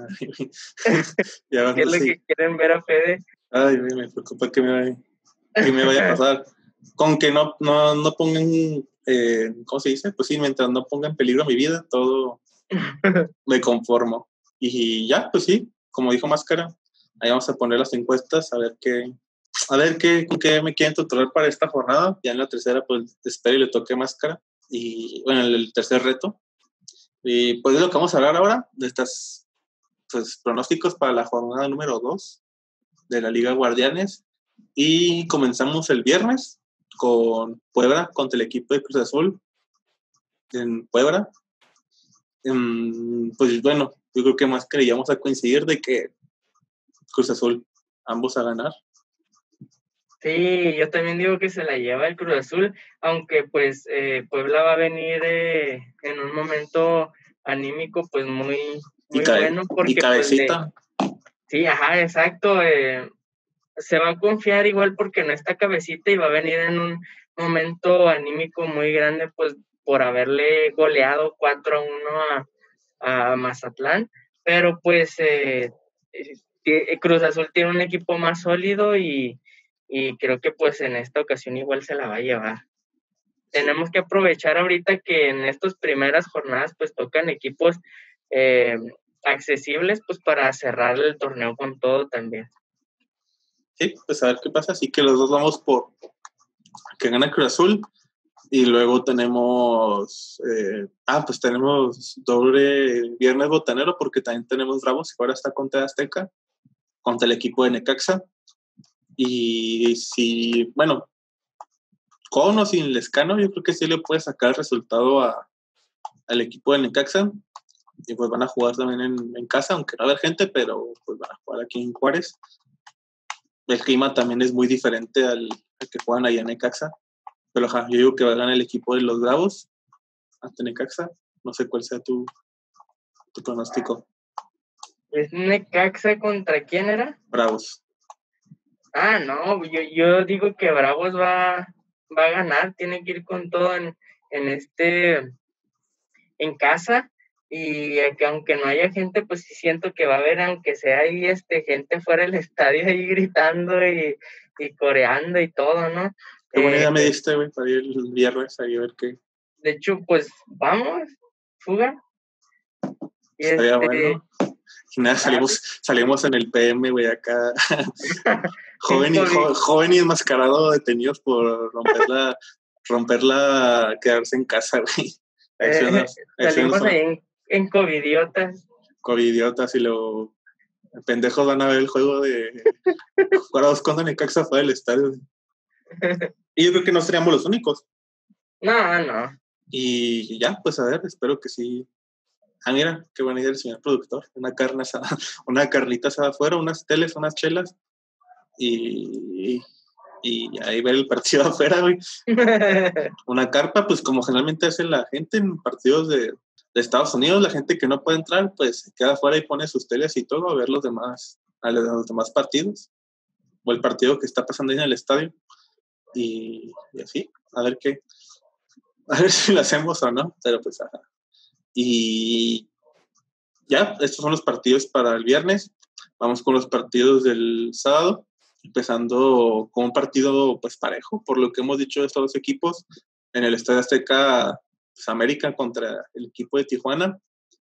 es lo que quieren ver a Fede. Ay, me preocupa que me vaya a pasar. Con que no pongan, ¿cómo se dice? Pues sí, mientras no ponga en peligro mi vida, todo me conformo. Y ya, pues sí, como dijo Máscara, ahí vamos a poner las encuestas, a ver con qué me quieren tutorar para esta jornada. Ya en la tercera, pues espero y le toque Máscara. Y bueno, el tercer reto. Y pues de lo que vamos a hablar ahora, de estas pues, pronósticos para la jornada número 2 de la Liga Guardianes. Y comenzamos el viernes con Puebla contra el equipo de Cruz Azul en Puebla. Pues bueno, yo creo que más que íbamos a coincidir de que Cruz Azul, ambos a ganar. Sí, yo también digo que se la lleva el Cruz Azul, aunque pues Puebla va a venir en un momento anímico pues muy bueno, Y porque pues cabecita. sí, ajá, exacto, se va a confiar igual porque no está cabecita y va a venir en un momento anímico muy grande pues por haberle goleado 4-1 a Mazatlán, pero pues Cruz Azul tiene un equipo más sólido y creo que pues en esta ocasión igual se la va a llevar. Sí. Tenemos que aprovechar ahorita que en estas primeras jornadas pues tocan equipos accesibles pues para cerrar el torneo con todo también. Sí, pues a ver qué pasa, así que los dos vamos por que gana Cruz Azul. Y luego tenemos, pues tenemos doble viernes botanero porque también tenemos Bravos y ahora está contra Azteca, contra el equipo de Necaxa. Y si, bueno, con o sin Lescano, yo creo que sí le puede sacar el resultado al equipo de Necaxa. Y pues van a jugar también en casa, aunque no va a haber gente, pero pues van a jugar aquí en Juárez. El clima también es muy diferente al que juegan allá en Necaxa. Pero yo digo que va a ganar el equipo de los Bravos ante Necaxa. No sé cuál sea tu pronóstico. ¿Es Necaxa contra quién era? Bravos. No, yo digo que Bravos va a ganar, tiene que ir con todo en casa, y que aunque no haya gente, pues sí siento que va a haber, aunque sea ahí gente fuera del estadio ahí gritando y coreando y todo, ¿no? Qué buena idea me diste, güey, para ir el viernes ahí a ver qué. De hecho, pues vamos, fuga. Estaría bueno. Y nada, salimos en el PM, güey, acá. joven y enmascarado, detenidos por romperla, quedarse en casa, güey. Salimos ahí en covidiotas. Covidiotas y luego pendejos van a ver el juego de jugados contra Necaxa fuera del estadio. Y yo creo que no seríamos los únicos. No. Y ya, pues a ver, espero que sí. Mira, qué buena idea el señor productor. Una carne asada, una carnita asada afuera, unas teles, unas chelas. Y ahí ver el partido afuera, güey. Una carpa, pues como generalmente hace la gente en partidos de Estados Unidos, la gente que no puede entrar, pues se queda afuera y pone sus teles y todo a ver los demás partidos. O el partido que está pasando ahí en el estadio. Y así, a ver si lo hacemos o no, pero pues ajá. Y ya, estos son los partidos para el viernes. Vamos con los partidos del sábado, empezando con un partido pues parejo, por lo que hemos dicho de estos dos equipos. En el Estadio Azteca, pues, América contra el equipo de Tijuana.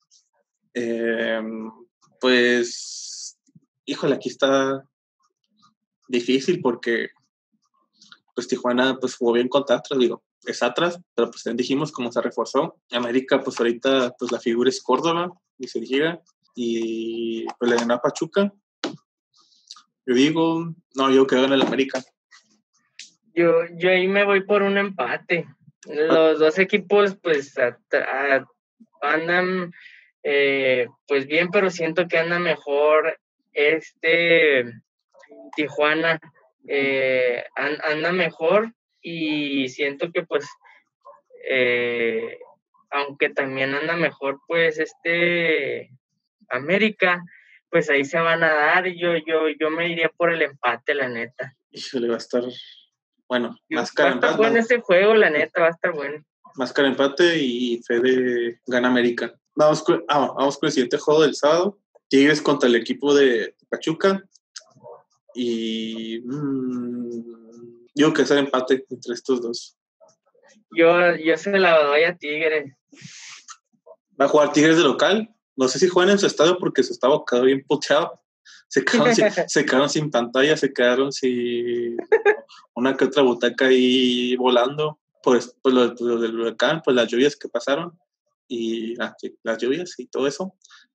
Pues, híjole, aquí está difícil porque pues Tijuana pues jugó bien contra Atlas, es Atlas, pero pues también dijimos cómo se reforzó. América, pues ahorita pues la figura es Córdoba, y se diga, y pues le ganó a Pachuca. Yo digo que gana el América. Yo ahí me voy por un empate. Los dos equipos pues andan pues bien, pero siento que anda mejor Tijuana, anda mejor, y siento que pues aunque también anda mejor pues América, pues ahí se van a dar. Yo me iría por el empate, la neta. Híjole, va a estar bueno, más cara empate. Va a estar bueno este juego, la neta, va a estar bueno. Más cara empate y Fede gana América. Vamos con el siguiente juego del sábado. Tigres contra el equipo de Pachuca. Y digo que será empate entre estos dos. Yo se la doy a Tigres. Va a jugar Tigres de local. No sé si juegan en su estadio porque su estadio quedó bien puteado. Se quedaron sin pantalla, se quedaron sin una que otra butaca ahí volando. Pues lo del huracán, pues las lluvias que pasaron. Y las lluvias y todo eso.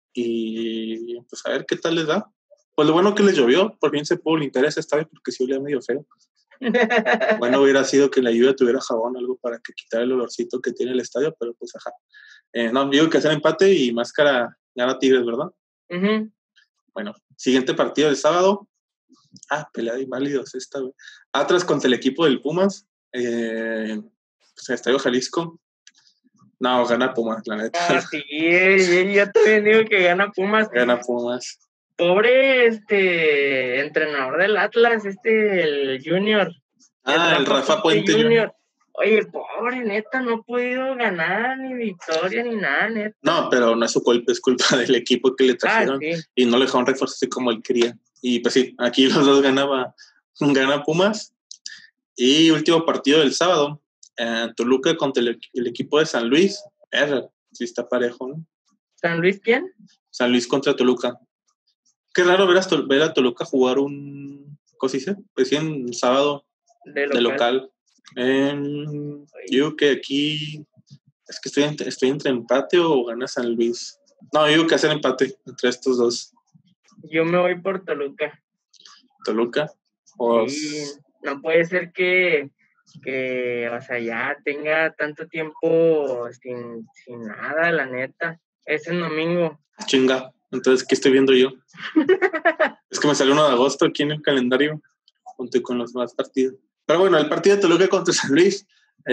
y pues a ver qué tal les da. Pues lo bueno que les llovió, por fin se pudo limpiar ese estadio porque sí olía medio feo. Bueno, hubiera sido que la lluvia tuviera jabón, algo para que quitara el olorcito que tiene el estadio, pero pues ajá. No, digo que hacer empate y Máscara gana Tigres, ¿verdad? Uh-huh. Bueno, siguiente partido del sábado. Pelea de inválidos esta, güey. Atlas contra el equipo del Pumas. Pues en Estadio Jalisco. No, gana Pumas, la neta. Sí, yo también digo que gana Pumas. Gana Pumas. Pobre entrenador del Atlas, el Junior. El Rafa Puente Junior. Oye, pobre, neta, no ha podido ganar ni victoria ni nada, neta. No, pero no es su culpa, es culpa del equipo que le trajeron sí. y no le dejaron reforzarse como él quería. Y pues sí, aquí los dos gana Pumas. Y último partido del sábado, Toluca contra el equipo de San Luis. Sí está parejo, ¿no? ¿San Luis quién? San Luis contra Toluca. Qué raro ver a Toluca jugar ¿cómo se dice? Pues sí, en sábado de local. Yo digo que aquí es que estoy entre empate o gana San Luis. No, yo digo que hacer empate entre estos dos. Yo me voy por Toluca. ¿Toluca? Sí, no puede ser que o sea, ya tenga tanto tiempo sin nada, la neta. Es el domingo. Chinga, entonces, ¿qué estoy viendo yo? Es que me salió 1 de agosto aquí en el calendario, junto con los más partidos. Pero bueno, el partido de Toluca contra San Luis,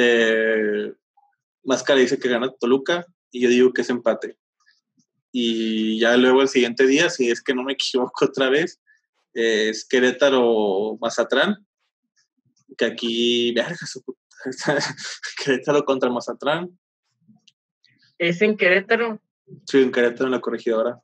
Máscara dice que gana Toluca y yo digo que es empate. Y ya luego el siguiente día, si es que no me equivoco otra vez, es Querétaro-Mazatlán, que aquí, verga, Querétaro contra Mazatlán. ¿Es en Querétaro? Sí, en Querétaro, en la Corregidora.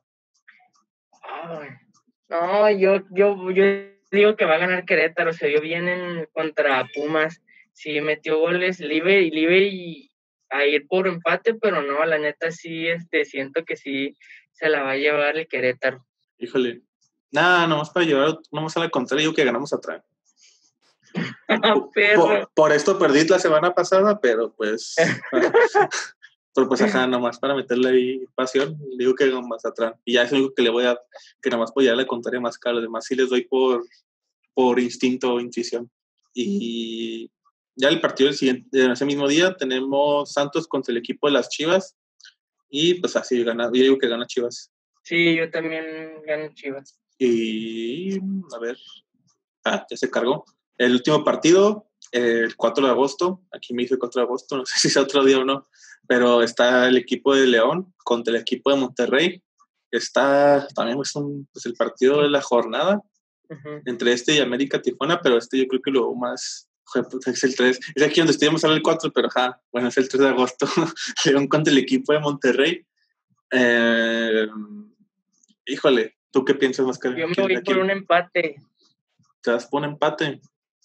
No, yo digo que va a ganar Querétaro, se vio bien contra Pumas, sí metió goles, libre y a ir por empate, pero no, la neta sí, siento que sí se la va a llevar el Querétaro. Híjole, nomás para llevar, vamos a la contraria, digo que ganamos atrás. Por esto perdí la semana pasada, pero pues nomás para meterle ahí pasión, digo que más atrás. Y ya es lo único que le voy a, que nomás voy a darle contraria más caro, además sí les doy por instinto o intuición. Y ya el partido del siguiente, en ese mismo día, tenemos Santos contra el equipo de las Chivas, y pues así gana, yo digo que gana Chivas. Sí, yo también gano Chivas. Y a ver, ya se cargó. El último partido, el 4 de agosto, aquí me dice el 4 de agosto, no sé si es otro día o no, pero está el equipo de León contra el equipo de Monterrey. También es el partido de la jornada, entre y América Tijuana, pero yo creo que lo más, es el 3, es aquí donde estuvimos ahora el 4, pero bueno, es el 3 de agosto, León contra el equipo de Monterrey. Híjole, ¿tú qué piensas, más que yo me voy por un empate? ¿Te das por un empate?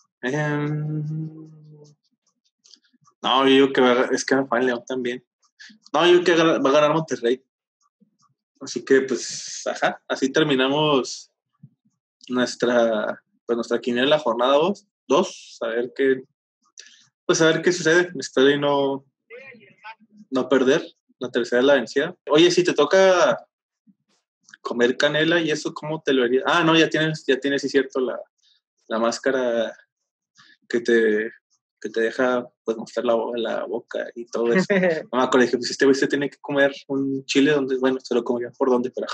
No, yo digo que es que va a León también. No, yo digo que va a ganar Monterrey. Así que, pues, así terminamos nuestra quiniela de la jornada 2. A ver qué sucede. Espero y no perder. La tercera es la vencida. Oye, si te toca comer canela y eso, ¿cómo te lo harías? No, ya tienes, sí, cierto, la máscara que te deja pues mostrar la boca y todo eso. No me acuerdo, dije, pues este güey se tiene que comer un chile donde, bueno, se lo comería por donde, pero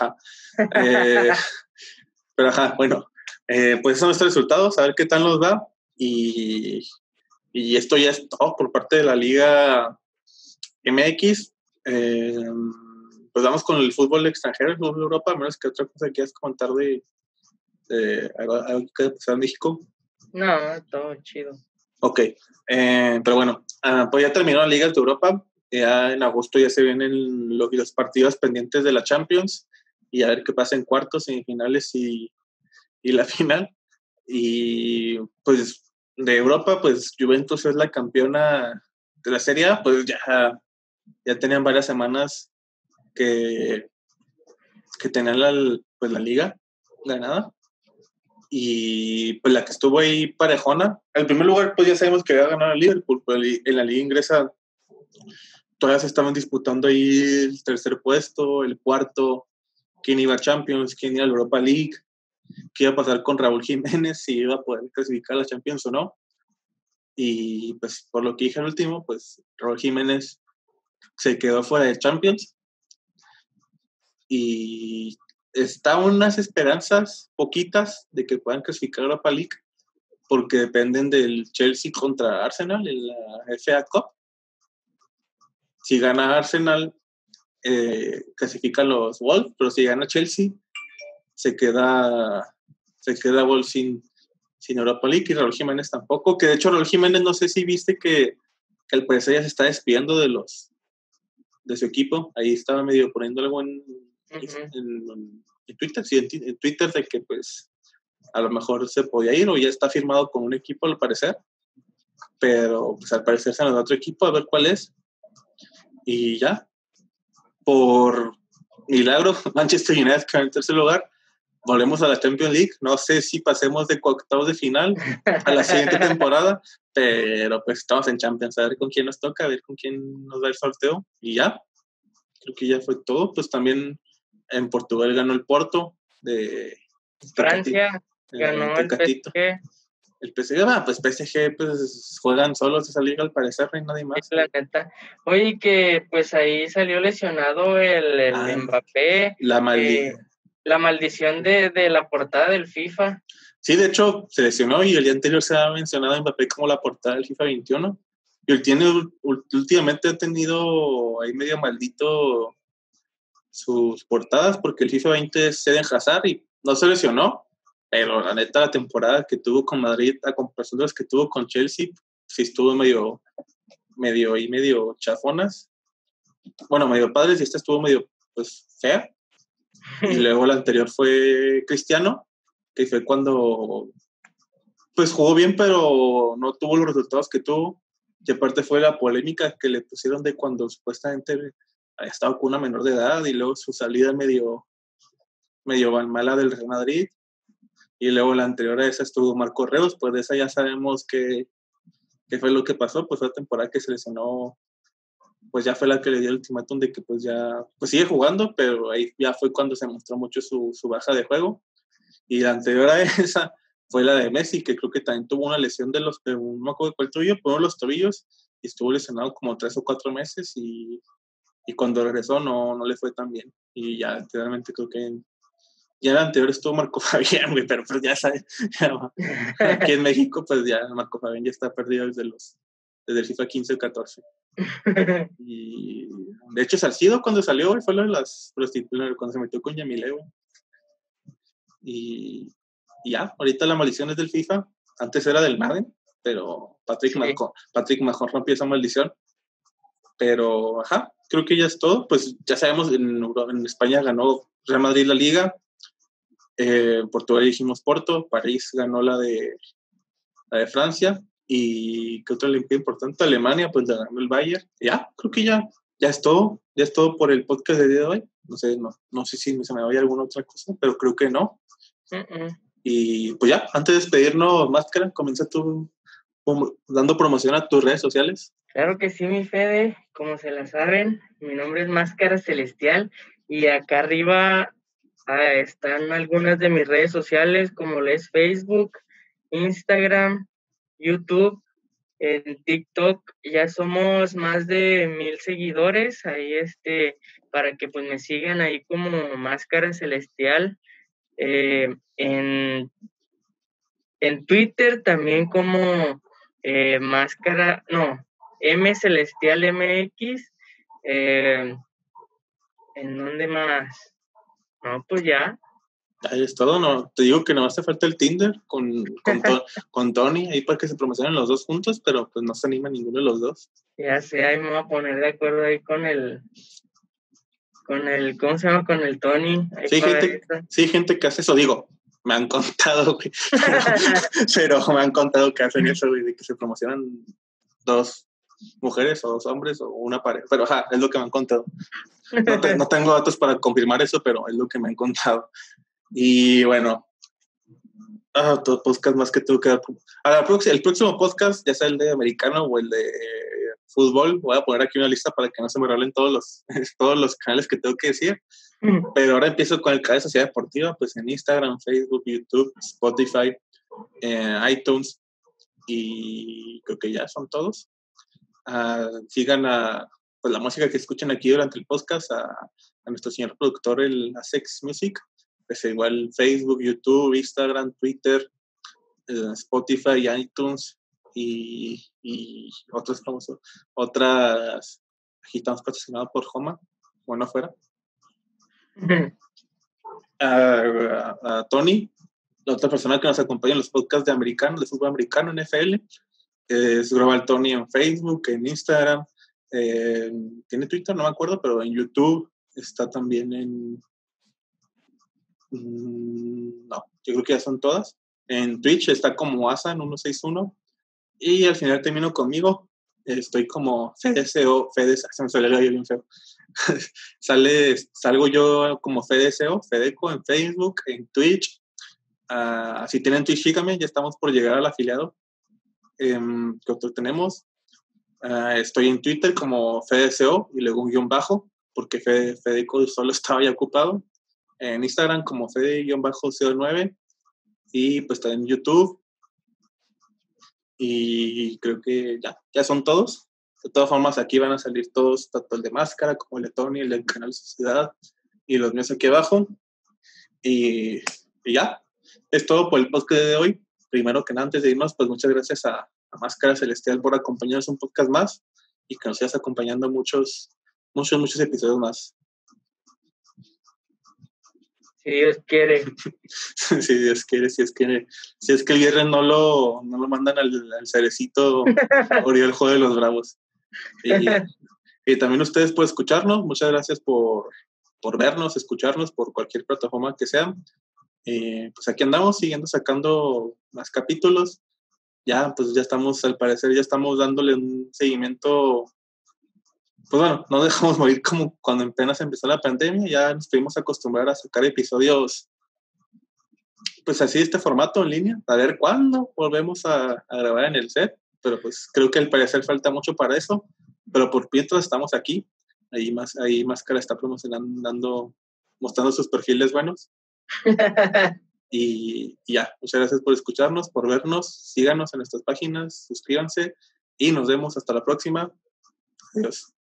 bueno, pues esos son nuestros resultados, a ver qué tal nos va, y esto ya es todo por parte de la Liga MX. Pues vamos con el fútbol extranjero, el fútbol de Europa, a menos que otra cosa quieras comentar de algo que pasó en México. No, todo chido. Ok, pero bueno, pues ya terminó la Liga de Europa. Ya en agosto ya se vienen los partidos pendientes de la Champions y a ver qué pasa en cuartos, semifinales y la final. Y pues de Europa, pues Juventus es la campeona de la Serie A, pues ya tenían varias semanas que tenían la Liga ganada. Y pues la que estuvo ahí parejona. En primer lugar, pues ya sabemos que había ganado el Liverpool, pero en la liga inglesa todavía se estaban disputando ahí el tercer puesto, el cuarto, quién iba a Champions, quién iba a la Europa League, qué iba a pasar con Raúl Jiménez, si iba a poder clasificar a la Champions o no. Y pues por lo que dije al último, pues Raúl Jiménez se quedó fuera de Champions y está unas esperanzas poquitas de que puedan clasificar a Europa League porque dependen del Chelsea contra Arsenal en la FA Cup. Si gana Arsenal, clasifican los Wolves, pero si gana Chelsea, se queda Wolves sin Europa League y Raúl Jiménez tampoco, que de hecho Raúl Jiménez no sé si viste que al parecer ya se está despidiendo de su equipo. Ahí estaba medio poniendo algo en Twitter, sí, en Twitter de que pues a lo mejor se podía ir o ya está firmado con un equipo al parecer, pero pues al parecer se nos da otro equipo a ver cuál es y ya, por milagro Manchester United queda en tercer lugar. Volvemos a la Champions League. No sé si pasemos de octavos de final a la siguiente temporada, pero pues estamos en Champions. A ver con quién nos toca, a ver con quién nos da el sorteo. Y ya, creo que ya fue todo. Pues también en Portugal ganó el Porto de Francia ganó el PSG. El PSG, pues PSG pues juegan solos esa liga al parecer, no hay nadie más. La neta. Oye, que pues ahí salió lesionado el Mbappé. La maldición de la portada del FIFA. Sí, de hecho, se lesionó y el día anterior se ha mencionado a Mbappé como la portada del FIFA 21. Y él últimamente ha tenido ahí medio maldito sus portadas porque el FIFA 20 es Eden Hazard y no se lesionó, pero la neta la temporada que tuvo con Madrid a comparación de las que tuvo con Chelsea, sí estuvo medio chafonas. Bueno, medio padres y esta estuvo medio pues fea. Y luego la anterior fue Cristiano, que fue cuando pues jugó bien, pero no tuvo los resultados que tuvo. Y aparte fue la polémica que le pusieron de cuando supuestamente había estado con una menor de edad y luego su salida medio mala del Real Madrid. Y luego la anterior a esa estuvo Marco Reus, pues de esa ya sabemos qué fue lo que pasó, pues fue la temporada que se lesionó, pues ya fue la que le dio el ultimátum de que pues ya, pues sigue jugando, pero ahí ya fue cuando se mostró mucho su baja de juego. Y la anterior a esa fue la de Messi, que creo que también tuvo una lesión no me acuerdo cuál tobillo, pero uno de los tobillos, y estuvo lesionado como 3 o 4 meses, y cuando regresó no le fue tan bien. Y ya, literalmente creo que ya la anterior estuvo Marco Fabián, güey, pero pues ya sabes, aquí en México, pues ya Marco Fabián ya está perdido desde el FIFA 15 o 14. Y de hecho Salcido cuando salió, güey, fue lo de las prostitutas, cuando se metió con Yamile, güey. Y ya, ahorita la maldición es del FIFA, antes era del Madden, pero Patrick mejor rompió esa maldición. Pero, creo que ya es todo. Pues ya sabemos, en España ganó Real Madrid la Liga, Portugal dijimos Porto, París ganó la de Francia, y ¿qué otra liga importante? Alemania, pues la ganó el Bayern. Ya, creo que ya es todo por el podcast del día de hoy. No sé si se me vaya alguna otra cosa, pero creo que no. Y pues ya, antes de despedirnos, Máscara, comienza tú dando promoción a tus redes sociales. Claro que sí, mi Fede, como se la saben, mi nombre es Máscara Celestial y acá arriba están algunas de mis redes sociales como lo es Facebook, Instagram, YouTube, en TikTok. Ya somos más de 1,000 seguidores ahí, para que pues me sigan ahí como Máscara Celestial. En Twitter también como M Celestial MX. ¿En dónde más? No, pues ya. Ahí es todo, no, te digo que no hace falta el Tinder con Tony ahí para que se promocionen los dos juntos, pero pues no se anima ninguno de los dos. Ya sé, ahí me voy a poner de acuerdo ahí con el ¿cómo se llama? Con el Tony. Sí, gente que hace eso, digo, me han contado, güey, pero me han contado que hacen eso, güey, de que se promocionan dos mujeres o dos hombres o una pareja, pero es lo que me han contado. No tengo datos para confirmar eso, pero es lo que me han contado. Y bueno, todo podcast más que tú. El próximo podcast, ya sea el de americano o el de fútbol. Voy a poner aquí una lista para que no se me rolen todos los canales que tengo que decir. Pero ahora empiezo con el canal de Sociedad Deportiva, pues en Instagram, Facebook, YouTube, Spotify, iTunes, y creo que ya son todos. Sigan pues la música que escuchen aquí durante el podcast, a nuestro señor productor, el Asex Music, pues igual Facebook, YouTube, Instagram, Twitter, Spotify, iTunes y otras aquí estamos patrocinados por Homa, bueno afuera. A Tony, la otra persona que nos acompaña en los podcasts de fútbol americano, NFL, es Global Tony en Facebook, en Instagram, tiene Twitter, no me acuerdo, pero en YouTube está también no, yo creo que ya son todas. En Twitch está como Asan161 y al final termino conmigo, estoy como FedeSEO, se me salió el bien feo. Salgo yo como FedeSEO, Fedeco en Facebook, en Twitch. Si tienen Twitch, síganme, ya estamos por llegar al afiliado que otros tenemos. Estoy en Twitter como FedeSEO y luego un guión bajo, porque Fedeco solo estaba ya ocupado. En Instagram como Fede-CO9 y pues también en YouTube. Y creo que ya son todos. De todas formas, aquí van a salir todos, tanto el de Máscara como el de Tony, el del canal Sociedad y los míos aquí abajo. Y ya, es todo por el podcast de hoy. Primero que nada, antes de irnos, pues muchas gracias a Máscara Celestial por acompañarnos un podcast más y que nos sigas acompañando muchos episodios más. Si Dios quiere. Si Dios quiere, si es que el viernes no lo mandan al cerecito Oriol Juego de los Bravos. Y también ustedes por escucharnos, muchas gracias por vernos, escucharnos por cualquier plataforma que sea. Pues aquí andamos siguiendo sacando más capítulos. Pues ya estamos, al parecer, ya estamos dándole un seguimiento. Pues bueno, no dejamos morir como cuando apenas empezó la pandemia, ya nos pudimos acostumbrar a sacar episodios, pues así, este formato en línea, a ver cuándo volvemos a grabar en el set, pero pues creo que al parecer falta mucho para eso, pero por mientras estamos aquí, ahí Máscara está promocionando, mostrando sus perfiles buenos. Y ya, muchas gracias por escucharnos, por vernos, síganos en nuestras páginas, suscríbanse y nos vemos hasta la próxima. Adiós.